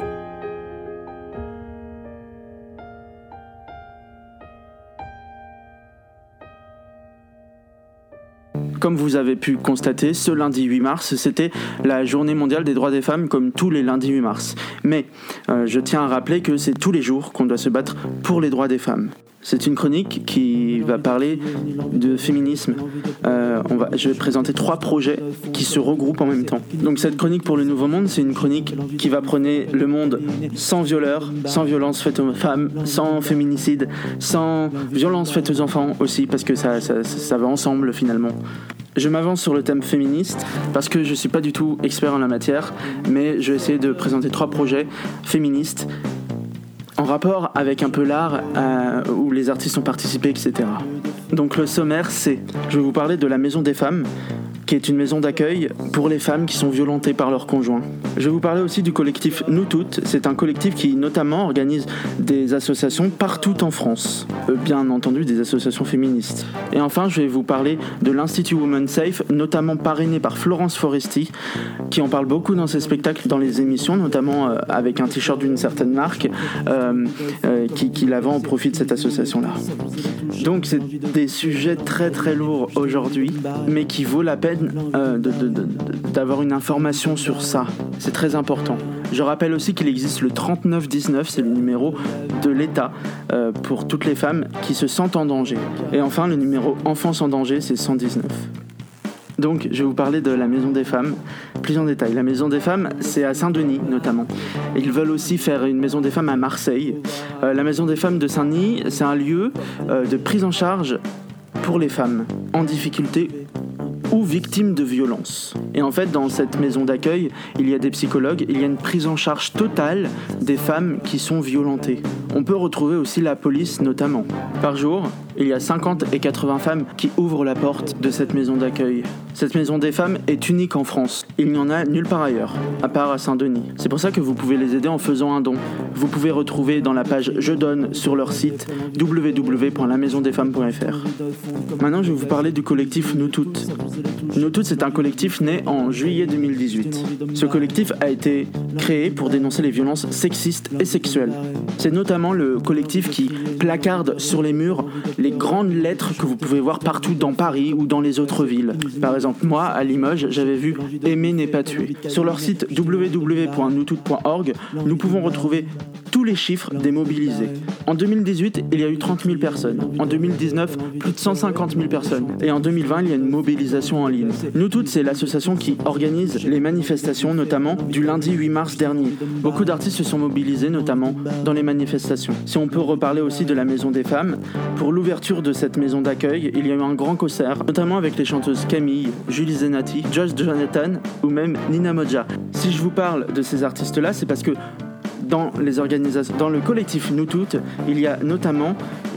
Comme vous avez pu constater, ce lundi 8 mars, c'était la journée mondiale des droits des femmes, comme tous les lundis 8 mars. Mais je tiens à rappeler que c'est tous les jours qu'on doit se battre pour les droits des femmes. C'est une chronique qui va parler de féminisme. Je vais présenter 3 projets qui se regroupent en même temps. Donc cette chronique pour le Nouveau Monde, c'est une chronique qui va prôner le monde sans violeurs, sans violence faite aux femmes, sans féminicide, sans violence faite aux enfants aussi, parce que ça va ensemble finalement. Je m'avance sur le thème féministe parce que je suis pas du tout expert en la matière, mais je vais essayer de présenter 3 projets féministes en rapport avec un peu l'art où les artistes ont participé, etc. Donc le sommaire, je vais vous parler de la Maison des Femmes, qui est une maison d'accueil pour les femmes qui sont violentées par leur conjoint. Je vais vous parler aussi du collectif Nous Toutes. C'est un collectif qui notamment organise des associations partout en France. Bien entendu des associations féministes. Et enfin, je vais vous parler de l'Institut Women Safe, notamment parrainé par Florence Foresti, qui en parle beaucoup dans ses spectacles, dans les émissions, notamment avec un t-shirt d'une certaine marque qui la vend au profit de cette association-là. Donc c'est des sujets très très lourds aujourd'hui, mais qui vaut la peine d'avoir une information sur ça. C'est très important. Je rappelle aussi qu'il existe le 3919, c'est le numéro de l'État pour toutes les femmes qui se sentent en danger. Et enfin, le numéro Enfance en danger, c'est 119. Donc, je vais vous parler de la Maison des Femmes, plus en détail. La Maison des Femmes, c'est à Saint-Denis, notamment. Et ils veulent aussi faire une Maison des Femmes à Marseille. La Maison des Femmes de Saint-Denis, c'est un lieu de prise en charge pour les femmes en difficulté ou victimes de violences. Et en fait, dans cette maison d'accueil, il y a des psychologues, il y a une prise en charge totale des femmes qui sont violentées. On peut retrouver aussi la police, notamment. Par jour, il y a 50 et 80 femmes qui ouvrent la porte de cette maison d'accueil. Cette maison des femmes est unique en France. Il n'y en a nulle part ailleurs, à part à Saint-Denis. C'est pour ça que vous pouvez les aider en faisant un don. Vous pouvez retrouver dans la page Je donne sur leur site www.lamaisondesfemmes.fr. Maintenant, je vais vous parler du collectif Nous Toutes. Nous Toutes, c'est un collectif né en juillet 2018. Ce collectif a été créé pour dénoncer les violences sexistes et sexuelles. C'est notamment le collectif qui placarde sur les murs les grandes lettres que vous pouvez voir partout dans Paris ou dans les autres villes. Par exemple, moi, à Limoges, j'avais vu « Aimer n'est pas tuer ». Sur leur site www.noustoutes.org, nous pouvons retrouver tous les chiffres des mobilisés. En 2018, il y a eu 30 000 personnes. En 2019, plus de 150 000 personnes. Et en 2020, il y a une mobilisation en ligne. Nous Toutes, c'est l'association qui organise les manifestations, notamment du lundi 8 mars dernier. Beaucoup d'artistes se sont mobilisés, notamment dans les manifestations. Si on peut reparler aussi de la Maison des Femmes, pour l'ouverture de cette maison d'accueil, il y a eu un grand concert, notamment avec les chanteuses Camille, Julie Zenati, Joyce Jonathan ou même Nina Modja. Si je vous parle de ces artistes-là, c'est parce que dans le collectif Nous Toutes, il y a notamment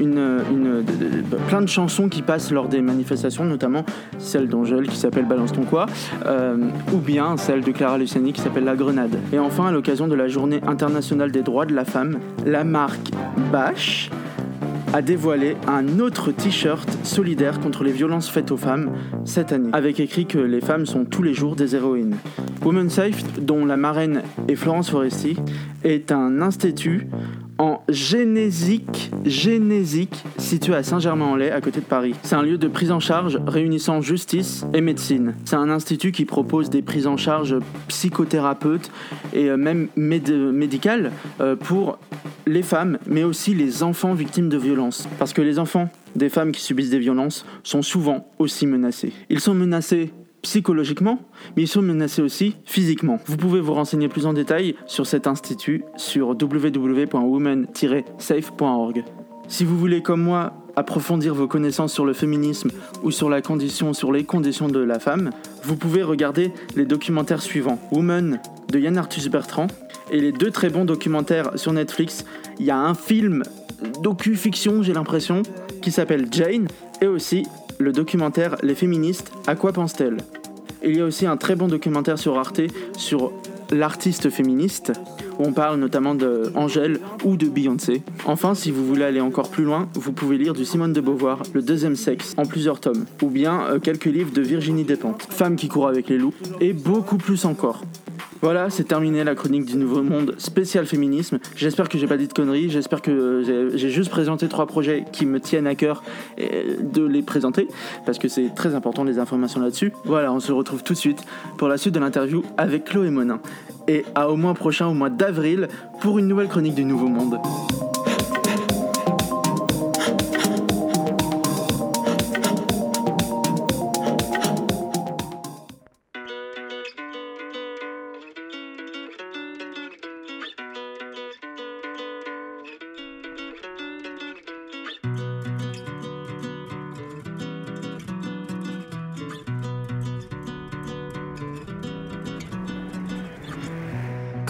plein de chansons qui passent lors des manifestations, notamment celle d'Angèle qui s'appelle Balance ton quoi, ou bien celle de Clara Luciani qui s'appelle La Grenade. Et enfin, à l'occasion de la Journée internationale des droits de la femme, la marque Bash a dévoilé un autre t-shirt solidaire contre les violences faites aux femmes cette année, avec écrit que les femmes sont tous les jours des héroïnes. Women Safe, dont la marraine est Florence Foresti, est un institut en génésique situé à Saint-Germain-en-Laye, à côté de Paris. C'est un lieu de prise en charge réunissant justice et médecine. C'est un institut qui propose des prises en charge psychothérapeutes et même médicales pour les femmes, mais aussi les enfants victimes de violences. Parce que les enfants des femmes qui subissent des violences sont souvent aussi menacés. Ils sont menacés psychologiquement, mais ils sont menacés aussi physiquement. Vous pouvez vous renseigner plus en détail sur cet institut sur www.women-safe.org. Si vous voulez, comme moi, approfondir vos connaissances sur le féminisme ou sur les conditions de la femme, vous pouvez regarder les documentaires suivants. Woman de Yann Arthus Bertrand et les 2 très bons documentaires sur Netflix. Il y a un film docu-fiction, j'ai l'impression, qui s'appelle Jane, et aussi le documentaire Les féministes, à quoi pensent-elles ? Il y a aussi un très bon documentaire sur Arte sur l'artiste féministe, où on parle notamment d'Angèle ou de Beyoncé. Enfin, si vous voulez aller encore plus loin, vous pouvez lire du Simone de Beauvoir, Le deuxième sexe, en plusieurs tomes, ou bien quelques livres de Virginie Despentes, Femme qui court avec les loups, et beaucoup plus encore. Voilà, c'est terminé la chronique du Nouveau Monde spécial féminisme. J'espère que j'ai pas dit de conneries, j'espère que j'ai juste présenté 3 projets qui me tiennent à cœur de les présenter, parce que c'est très important les informations là-dessus. Voilà, on se retrouve tout de suite pour la suite de l'interview avec Chloé Monin. Et au mois prochain, au mois d'avril, pour une nouvelle chronique du Nouveau Monde.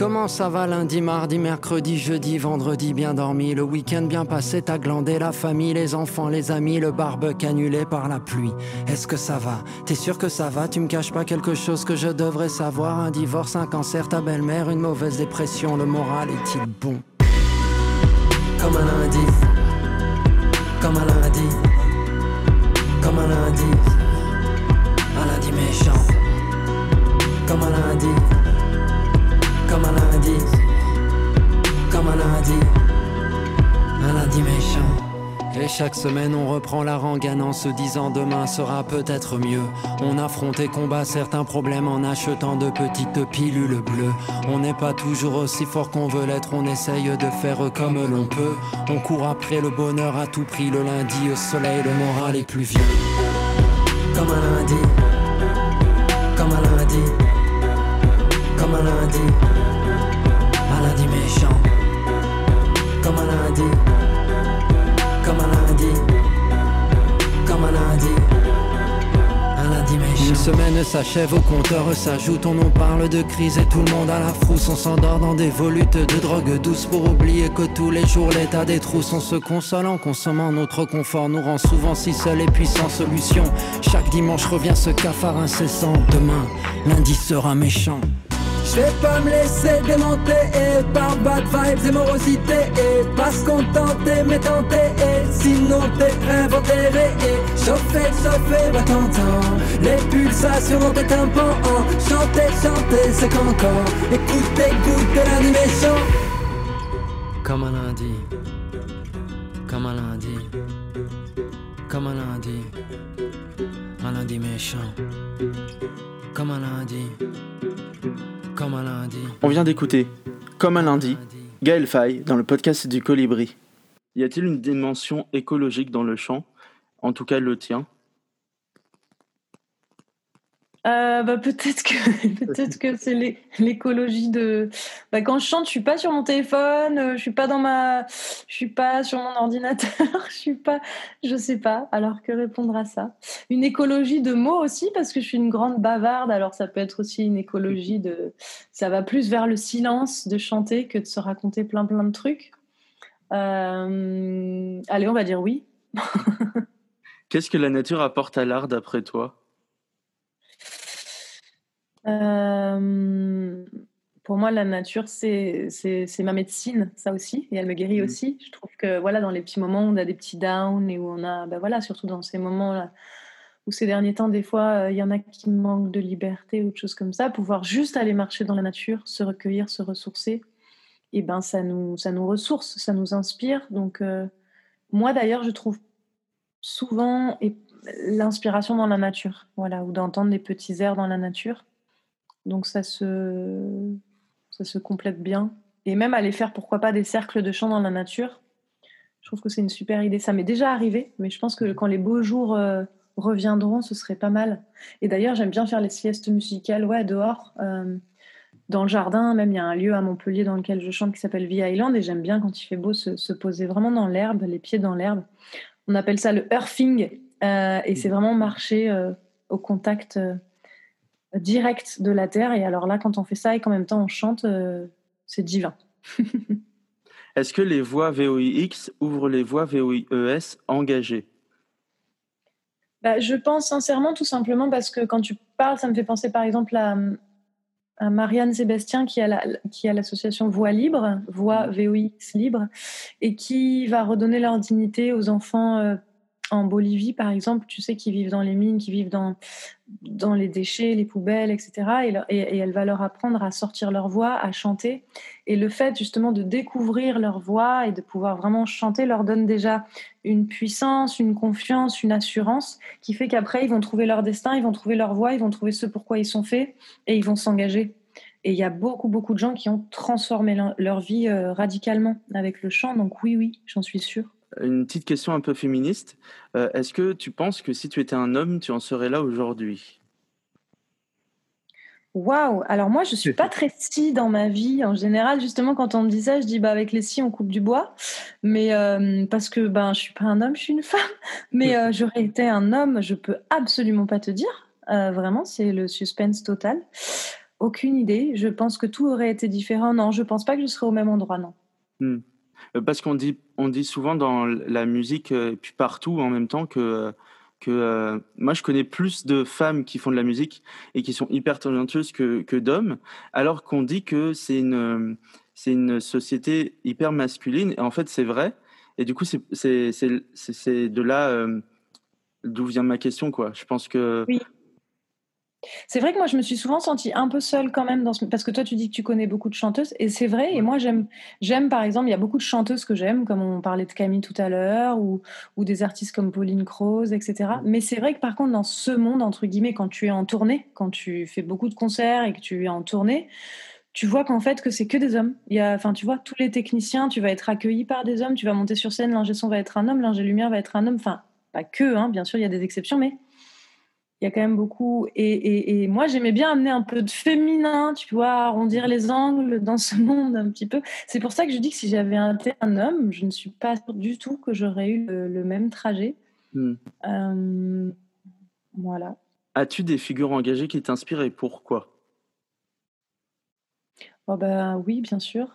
Comment ça va lundi, mardi, mercredi, jeudi, vendredi, bien dormi? Le week-end bien passé, t'as glandé la famille, les enfants, les amis, le barbecue annulé par la pluie. Est-ce que ça va? T'es sûr que ça va? Tu me caches pas quelque chose que je devrais savoir? Un divorce, un cancer, ta belle-mère, une mauvaise dépression, le moral est-il bon? Comme un lundi, comme un lundi, comme un lundi méchant. Comme un lundi, comme un lundi, comme un lundi méchant. Et chaque semaine on reprend la rengaine en se disant demain sera peut-être mieux. On affronte et combat certains problèmes en achetant de petites pilules bleues. On n'est pas toujours aussi fort qu'on veut l'être, on essaye de faire comme l'on peut. On court après le bonheur à tout prix, le lundi au soleil, le moral est plus vieux. Comme un lundi, comme un lundi, comme un lundi méchant. Comme un lundi, comme un lundi, comme un lundi méchant. Une semaine s'achève, au compteur s'ajoute, on nous parle de crise et tout le monde à la frousse. On s'endort dans des volutes de drogue douce pour oublier que tous les jours l'état des trousses. On se console en consommant notre confort, nous rend souvent si seuls et puis sans solution. Chaque dimanche revient ce cafard incessant, demain, lundi sera méchant. Je vais pas me laisser démonter par bad vibes et morosité et pas se contenter mais tenter et sinon t'es inventé et chauffer, bah t'entends les pulsations dans tes tympans. Chanter, c'est cancan. Écoutez lundi méchant. Comme un lundi, comme un lundi, comme un lundi méchant. Comme un lundi. Comme un lundi. On vient d'écouter Comme un lundi, Gaël Faye dans le podcast du Colibri. Y a-t-il une dimension écologique dans le chant? En tout cas le tien. Peut-être que c'est l'écologie de. Quand je chante, je suis pas sur mon téléphone, je suis pas sur mon ordinateur, je sais pas. Alors que répondre à ça? Une écologie de mots aussi, parce que je suis une grande bavarde. Alors ça peut être aussi une écologie de. Ça va plus vers le silence de chanter que de se raconter plein de trucs. Allez, on va dire oui. Qu'est-ce que la nature apporte à l'art d'après toi? Pour moi, la nature, c'est ma médecine, ça aussi, et elle me guérit aussi. Je trouve que dans les petits moments où on a des petits downs et où on a, surtout dans ces moments-là, où ces derniers temps, des fois, il y en a qui manquent de liberté ou de choses comme ça, pouvoir juste aller marcher dans la nature, se recueillir, se ressourcer, et ça nous ressource, ça nous inspire. Donc, moi, d'ailleurs, je trouve souvent l'inspiration dans la nature, ou d'entendre des petits airs dans la nature. Donc ça se complète bien. Et même aller faire, pourquoi pas, des cercles de chant dans la nature. Je trouve que c'est une super idée. Ça m'est déjà arrivé, mais je pense que quand les beaux jours reviendront, ce serait pas mal. Et d'ailleurs, j'aime bien faire les siestes musicales dehors, dans le jardin. Même, il y a un lieu à Montpellier dans lequel je chante qui s'appelle V Island, et j'aime bien, quand il fait beau, se poser vraiment dans l'herbe, les pieds dans l'herbe. On appelle ça le earthing, et c'est vraiment marcher au contact direct de la terre. Et alors là, quand on fait ça et qu'en même temps on chante, c'est divin. Est-ce que les voix VOIX ouvrent les voix VOIES engagées? Je pense sincèrement, tout simplement parce que quand tu parles, ça me fait penser par exemple à Marianne Sébastien qui a l'association Voix Libre, Voix VOIX Libre, et qui va redonner leur dignité aux enfants en Bolivie, par exemple, tu sais, qui vivent dans les mines, qui vivent dans les déchets, les poubelles, etc. Et elle va leur apprendre à sortir leur voix, à chanter. Et le fait, justement, de découvrir leur voix et de pouvoir vraiment chanter leur donne déjà une puissance, une confiance, une assurance qui fait qu'après, ils vont trouver leur destin, ils vont trouver leur voix, ils vont trouver ce pourquoi ils sont faits et ils vont s'engager. Et il y a beaucoup, beaucoup de gens qui ont transformé leur vie radicalement avec le chant. Donc oui, j'en suis sûre. Une petite question un peu féministe. Est-ce que tu penses que si tu étais un homme, tu en serais là aujourd'hui? Waouh! Alors moi, je suis pas très scie dans ma vie. En général, justement, quand on me dit ça, je dis avec les scies, on coupe du bois. Mais parce que je suis pas un homme, je suis une femme. Mais j'aurais été un homme, je peux absolument pas te dire. Vraiment, c'est le suspense total. aucune idée. Je pense que tout aurait été différent. Non, je pense pas que je serais au même endroit, non. Hmm. Parce on dit souvent dans la musique, et puis partout en même temps, que moi je connais plus de femmes qui font de la musique et qui sont hyper talentueuses que d'hommes, alors qu'on dit que c'est une société hyper masculine. Et en fait, c'est vrai. Et du coup, c'est de là d'où vient ma question, quoi. Je pense que. Oui. C'est vrai que moi, je me suis souvent sentie un peu seule quand même parce que toi, tu dis que tu connais beaucoup de chanteuses et c'est vrai. Et Ouais. moi, j'aime par exemple, il y a beaucoup de chanteuses que j'aime, comme on parlait de Camille tout à l'heure ou des artistes comme Pauline Croze, etc. Mais c'est vrai que par contre, dans ce monde, entre guillemets, quand tu es en tournée, quand tu fais beaucoup de concerts et que tu es en tournée, tu vois qu'en fait, que c'est que des hommes. Enfin, tu vois, tous les techniciens, tu vas être accueilli par des hommes, tu vas monter sur scène, l'ingé son va être un homme, l'ingé lumière va être un homme. Enfin, pas que, hein, bien sûr, il y a des exceptions, mais il y a quand même beaucoup. Et moi, j'aimais bien amener un peu de féminin, tu vois, arrondir les angles dans ce monde un petit peu. C'est pour ça que je dis que si j'avais été un homme, je ne suis pas sûre du tout que j'aurais eu le même trajet. Hmm. Voilà. As-tu des figures engagées qui t'inspirent et pourquoi? Oh bah oui, bien sûr.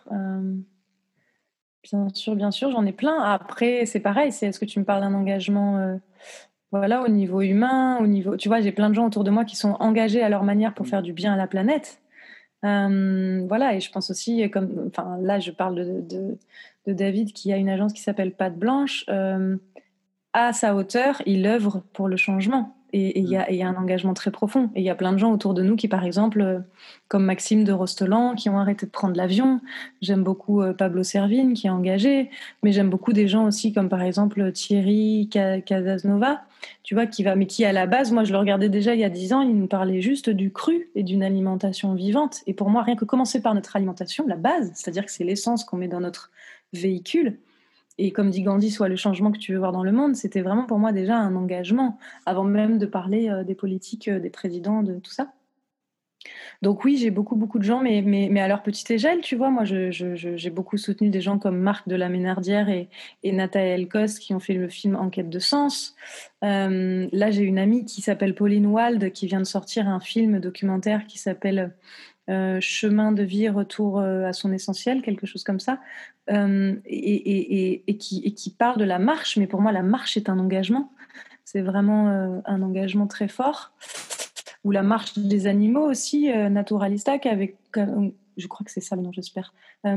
Bien sûr, j'en ai plein. Après, c'est pareil, est-ce que tu me parles d'un engagement voilà, au niveau humain, au niveau, tu vois, j'ai plein de gens autour de moi qui sont engagés à leur manière pour faire du bien à la planète. Voilà, et je pense aussi, enfin, là, je parle de David qui a une agence qui s'appelle Patte Blanche. À sa hauteur, il œuvre pour le changement. Et il y a un engagement très profond. Et il y a plein de gens autour de nous qui, par exemple, comme Maxime de Rostelan, qui ont arrêté de prendre l'avion. J'aime beaucoup Pablo Servigne, qui est engagé. Mais j'aime beaucoup des gens aussi, comme par exemple Thierry Casanova, tu vois, mais qui à la base, moi je le regardais déjà il y a 10 ans, il nous parlait juste du cru et d'une alimentation vivante. Et pour moi, rien que commencer par notre alimentation, la base, c'est-à-dire que c'est l'essence qu'on met dans notre véhicule, et comme dit Gandhi, soit le changement que tu veux voir dans le monde, c'était vraiment pour moi déjà un engagement, avant même de parler des politiques, des présidents, de tout ça. Donc oui, j'ai beaucoup de gens, mais à leur petite échelle, tu vois, moi j'ai beaucoup soutenu des gens comme Marc de la Ménardière et Nathalie Cos qui ont fait le film Enquête de sens. Là, j'ai une amie qui s'appelle Pauline Wald qui vient de sortir un film documentaire qui s'appelle Chemin de vie, retour à son essentiel, quelque chose comme ça, et qui parle de la marche. Mais pour moi, la marche est un engagement. C'est vraiment un engagement très fort. Ou la marche des animaux aussi, Naturalista, je crois que c'est ça le nom, j'espère,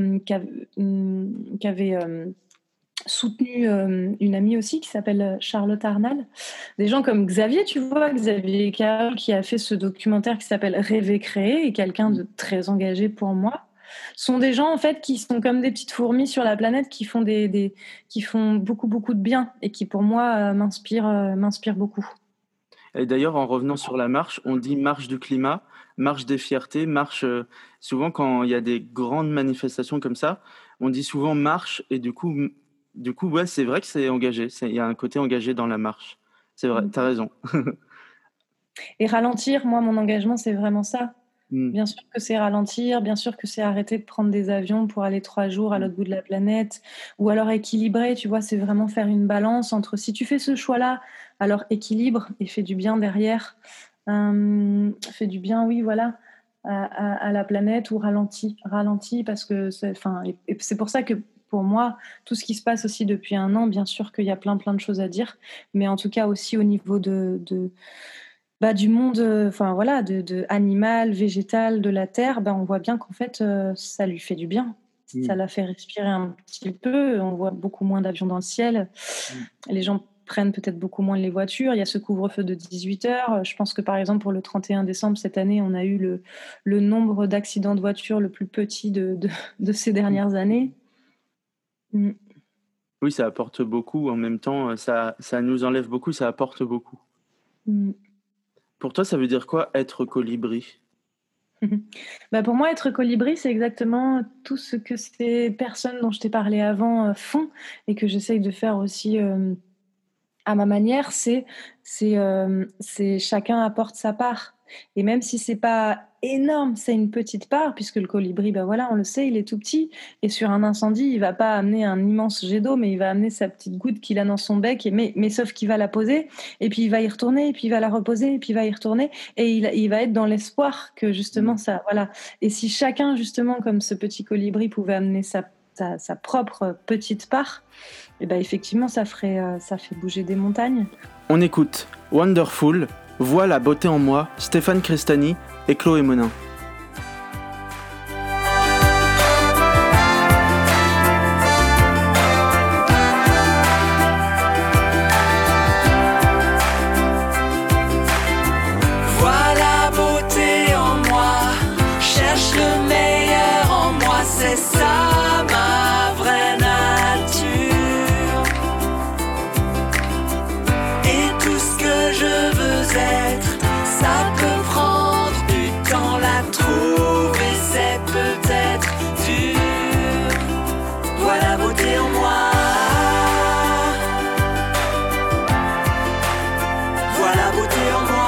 qui avait soutenu une amie aussi qui s'appelle Charlotte Arnal. Des gens comme Xavier, tu vois, Xavier Carole, qui a fait ce documentaire qui s'appelle Rêver, créer, et quelqu'un de très engagé pour moi, sont des gens en fait qui sont comme des petites fourmis sur la planète, qui font qui font beaucoup de bien et qui pour moi m'inspirent beaucoup. Et d'ailleurs, en revenant sur la marche, on dit marche du climat, marche des fiertés, marche. Souvent, quand il y a des grandes manifestations comme ça, on dit souvent marche, et du coup, ouais, c'est vrai que c'est engagé. Il y a un côté engagé dans la marche. C'est vrai, t'as raison. Et ralentir, moi, mon engagement, c'est vraiment ça. Mm. Bien sûr que c'est ralentir, bien sûr que c'est arrêter de prendre des avions pour aller 3 jours à l'autre bout de la planète, ou alors équilibrer, tu vois, c'est vraiment faire une balance entre si tu fais ce choix-là, alors équilibre et fais du bien derrière, fais du bien, oui, voilà, à la planète, ou ralentis parce que et c'est pour ça que pour moi, tout ce qui se passe aussi depuis 1 an, bien sûr qu'il y a plein de choses à dire, mais en tout cas aussi au niveau du monde, enfin voilà, de animal, végétal, de la terre, on voit bien qu'en fait, ça lui fait du bien. Ça Mm. la fait respirer un petit peu. On voit beaucoup moins d'avions dans le ciel. Mm. Les gens prennent peut-être beaucoup moins les voitures. Il y a ce couvre-feu de 18 heures. Je pense que par exemple, pour le 31 décembre cette année, on a eu le nombre d'accidents de voiture le plus petit de ces dernières années. Mm. Oui, ça apporte beaucoup. En même temps, ça nous enlève beaucoup, ça apporte beaucoup. Mm. Pour toi, ça veut dire quoi être colibri? Pour moi, être colibri, c'est exactement tout ce que ces personnes dont je t'ai parlé avant font, et que j'essaye de faire aussi À ma manière, c'est chacun apporte sa part. Et même si c'est pas énorme, c'est une petite part, puisque le colibri, ben voilà, on le sait, il est tout petit. Et sur un incendie, il va pas amener un immense jet d'eau, mais il va amener sa petite goutte qu'il a dans son bec. Mais sauf qu'il va la poser, et puis il va y retourner, et puis il va la reposer, et puis il va y retourner. Et il va être dans l'espoir que justement ça, voilà. Et si chacun, justement, comme ce petit colibri, pouvait amener sa propre petite part, et ben effectivement, ça fait bouger des montagnes. On écoute Wonderful, Vois la beauté en moi, Stéphane Crestani et Chloé Monin. Vois la beauté en moi, cherche le meilleur en moi, c'est ça ma vraie nature. Et tout ce que je veux être, ça peut prendre du temps, la trouver c'est peut-être dur. Vois la beauté en moi, vois la beauté en moi.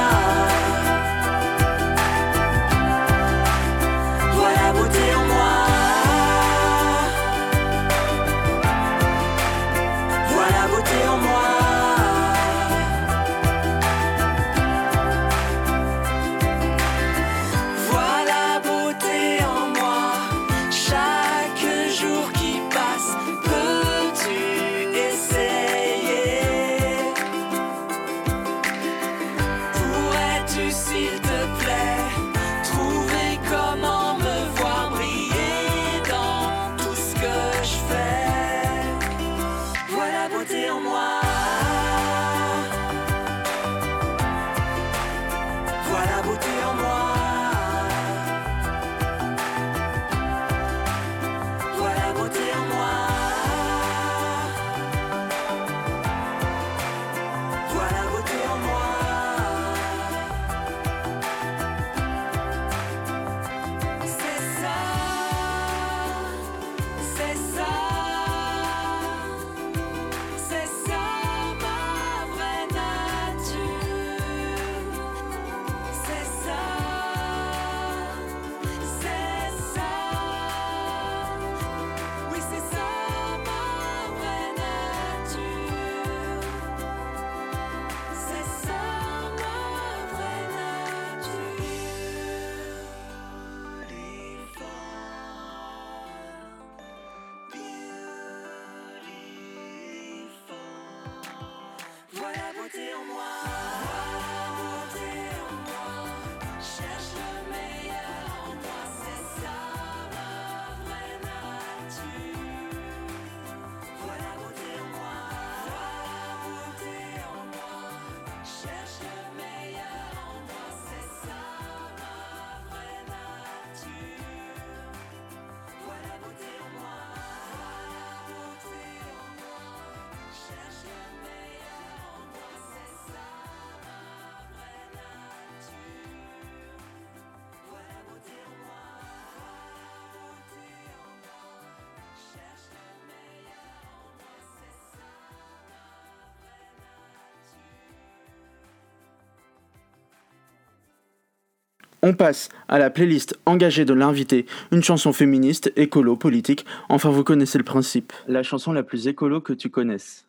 On passe à la playlist engagée de l'invité, une chanson féministe, écolo, politique, enfin vous connaissez le principe. La chanson la plus écolo que tu connaisses.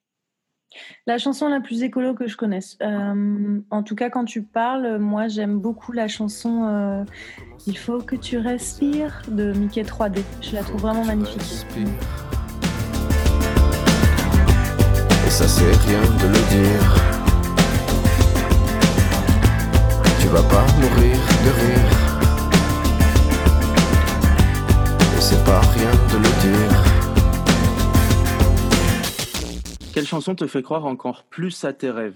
La chanson la plus écolo que je connaisse. En tout cas, quand tu parles, moi j'aime beaucoup la chanson Il faut que tu respires de Mickey 3D. Je la trouve vraiment magnifique. Et ça c'est rien de le dire. Tu vas pas mourir de rire. Et c'est pas rien de le dire. Quelle chanson te fait croire encore plus à tes rêves ?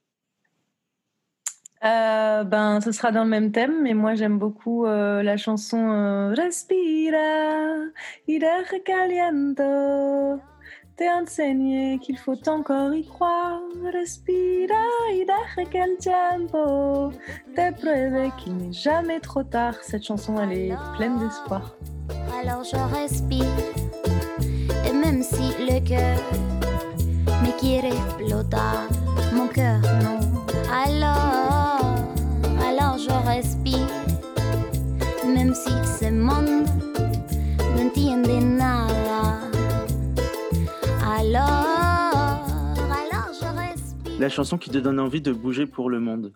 Ce sera dans le même thème, mais moi j'aime beaucoup la chanson Respira, y deje caliento. Te enseigné qu'il faut encore y croire. Respira y deje que el tiempo te pruebe qu'il n'est jamais trop tard. Cette chanson, elle est pleine d'espoir. Alors je respire, et même si le cœur me quiere explotar, mon cœur non. Alors je respire, même si ce monde no entiende nada. Alors je respire. La chanson qui te donne envie de bouger pour le monde.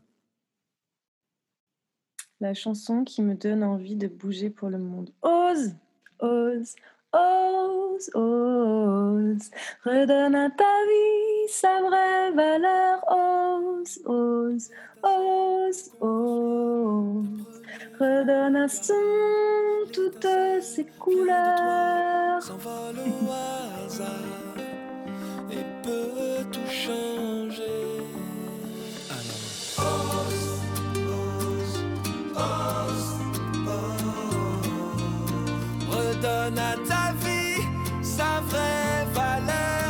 La chanson qui me donne envie de bouger pour le monde. Ose, ose, ose, ose. Redonne à ta vie sa vraie valeur. Ose, ose, ose, ose. Redonne à son monde toutes ses couleurs. S'envole au hasard et peut tout changer. Alors, redonne à ta vie sa vraie valeur.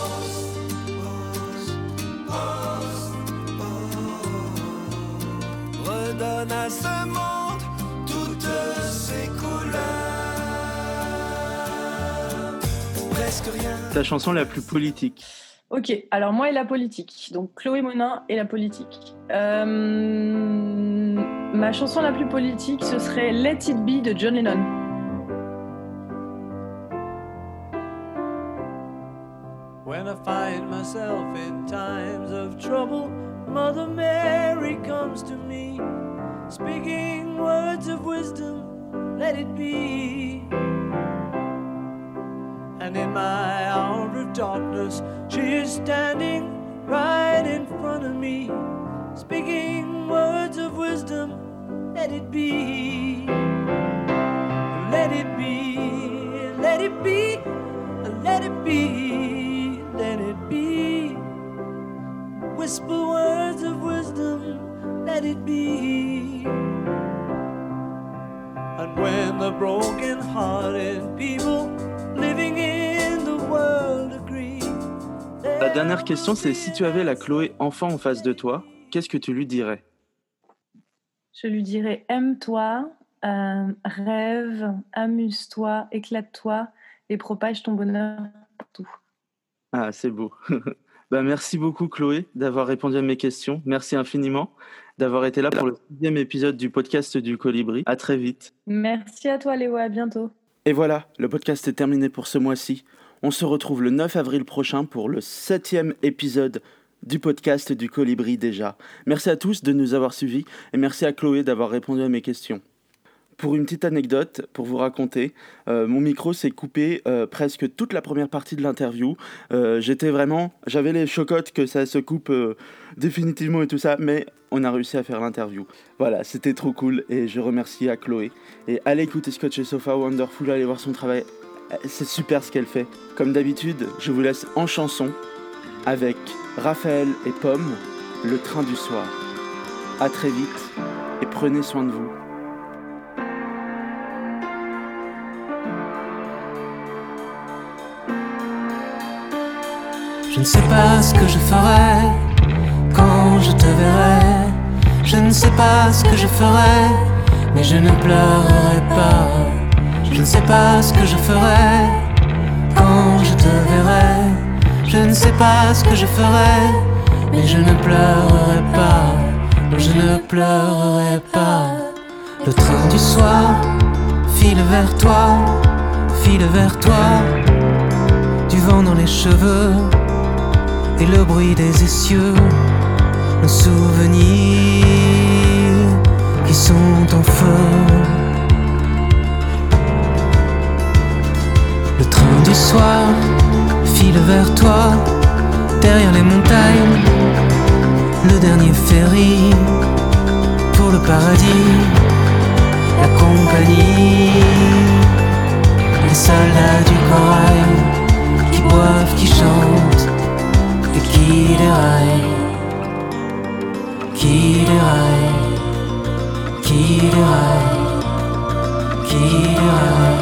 Redonne à ce monde toutes ses couleurs. Presque rien. Ta chanson la plus politique. Ok, alors moi et la politique. Donc Chloé Monin et la politique. Ma chanson la plus politique, ce serait Let It Be de John Lennon. When I find myself in times of trouble, Mother Mary comes to me, speaking words of wisdom, let it be. And in my hour of darkness, she is standing right in front of me, speaking words of wisdom, let it be. Let it be, let it be, let it be, let it be. Whisper words of wisdom, let it be. And when the broken-hearted people living in the world agree. La dernière question, c'est si tu avais la Chloé enfant en face de toi, qu'est-ce que tu lui dirais ? Je lui dirais aime-toi, rêve, amuse-toi, éclate-toi et propage ton bonheur partout. Ah, c'est beau. Merci beaucoup Chloé d'avoir répondu à mes questions. Merci infiniment d'avoir été là pour le 6e épisode du podcast du Colibri. À très vite. Merci à toi Léo, à bientôt. Et voilà, le podcast est terminé pour ce mois-ci. On se retrouve le 9 avril prochain pour le 7e épisode du podcast du Colibri déjà. Merci à tous de nous avoir suivis et merci à Chloé d'avoir répondu à mes questions. Pour une petite anecdote, pour vous raconter, mon micro s'est coupé presque toute la première partie de l'interview. J'avais les chocottes que ça se coupe définitivement et tout ça, mais on a réussi à faire l'interview. Voilà, c'était trop cool et je remercie à Chloé. Et allez écouter Scotch et Sofa Wonderful, allez voir son travail, c'est super ce qu'elle fait. Comme d'habitude, je vous laisse en chanson avec Raphaël et Pomme, Le train du soir. À très vite et prenez soin de vous. Je ne sais pas ce que je ferai quand je te verrai. Je ne sais pas ce que je ferai, mais je ne pleurerai pas. Je ne sais pas ce que je ferai quand je te verrai. Je ne sais pas ce que je ferai, mais je ne pleurerai pas. Non, je ne pleurerai pas. Le train du soir file vers toi, file vers toi. Du vent dans les cheveux et le bruit des essieux, nos souvenirs qui sont en feu. Le train du soir file vers toi, derrière les montagnes, le dernier ferry pour le paradis, la compagnie, les soldats du corail qui boivent, qui chantent et qui déraillent, qui déraillent, qui déraillent, qui déraillent.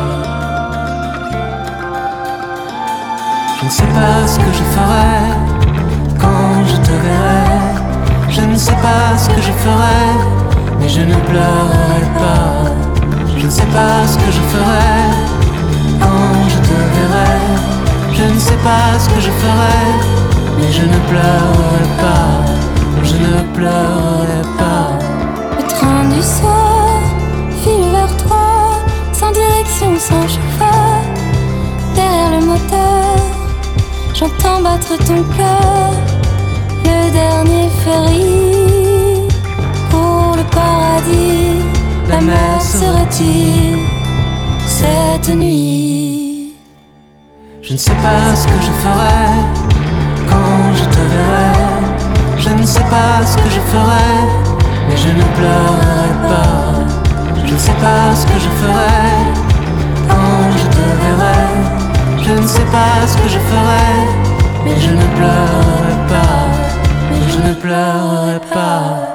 Je ne sais pas ce que je ferai quand je te verrai. Je ne sais pas ce que je ferai, mais je ne pleurerai pas. Je ne sais pas ce que je ferai quand je te verrai. Je ne sais pas ce que je ferai, pleurerai pas, je ne pleurerai pas. Le train du soir file vers toi, sans direction, sans chauffeur. Derrière le moteur, j'entends battre ton cœur. Le dernier ferry pour le paradis. La mer se retire cette nuit. Je ne sais pas ce que je ferai quand je te verrai. Je ne sais pas ce que je ferai, mais je ne pleurerai pas. Je ne sais pas ce que je ferai quand je te verrai. Je ne sais pas ce que je ferai, mais je ne pleurerai pas. Mais je ne pleurerai pas.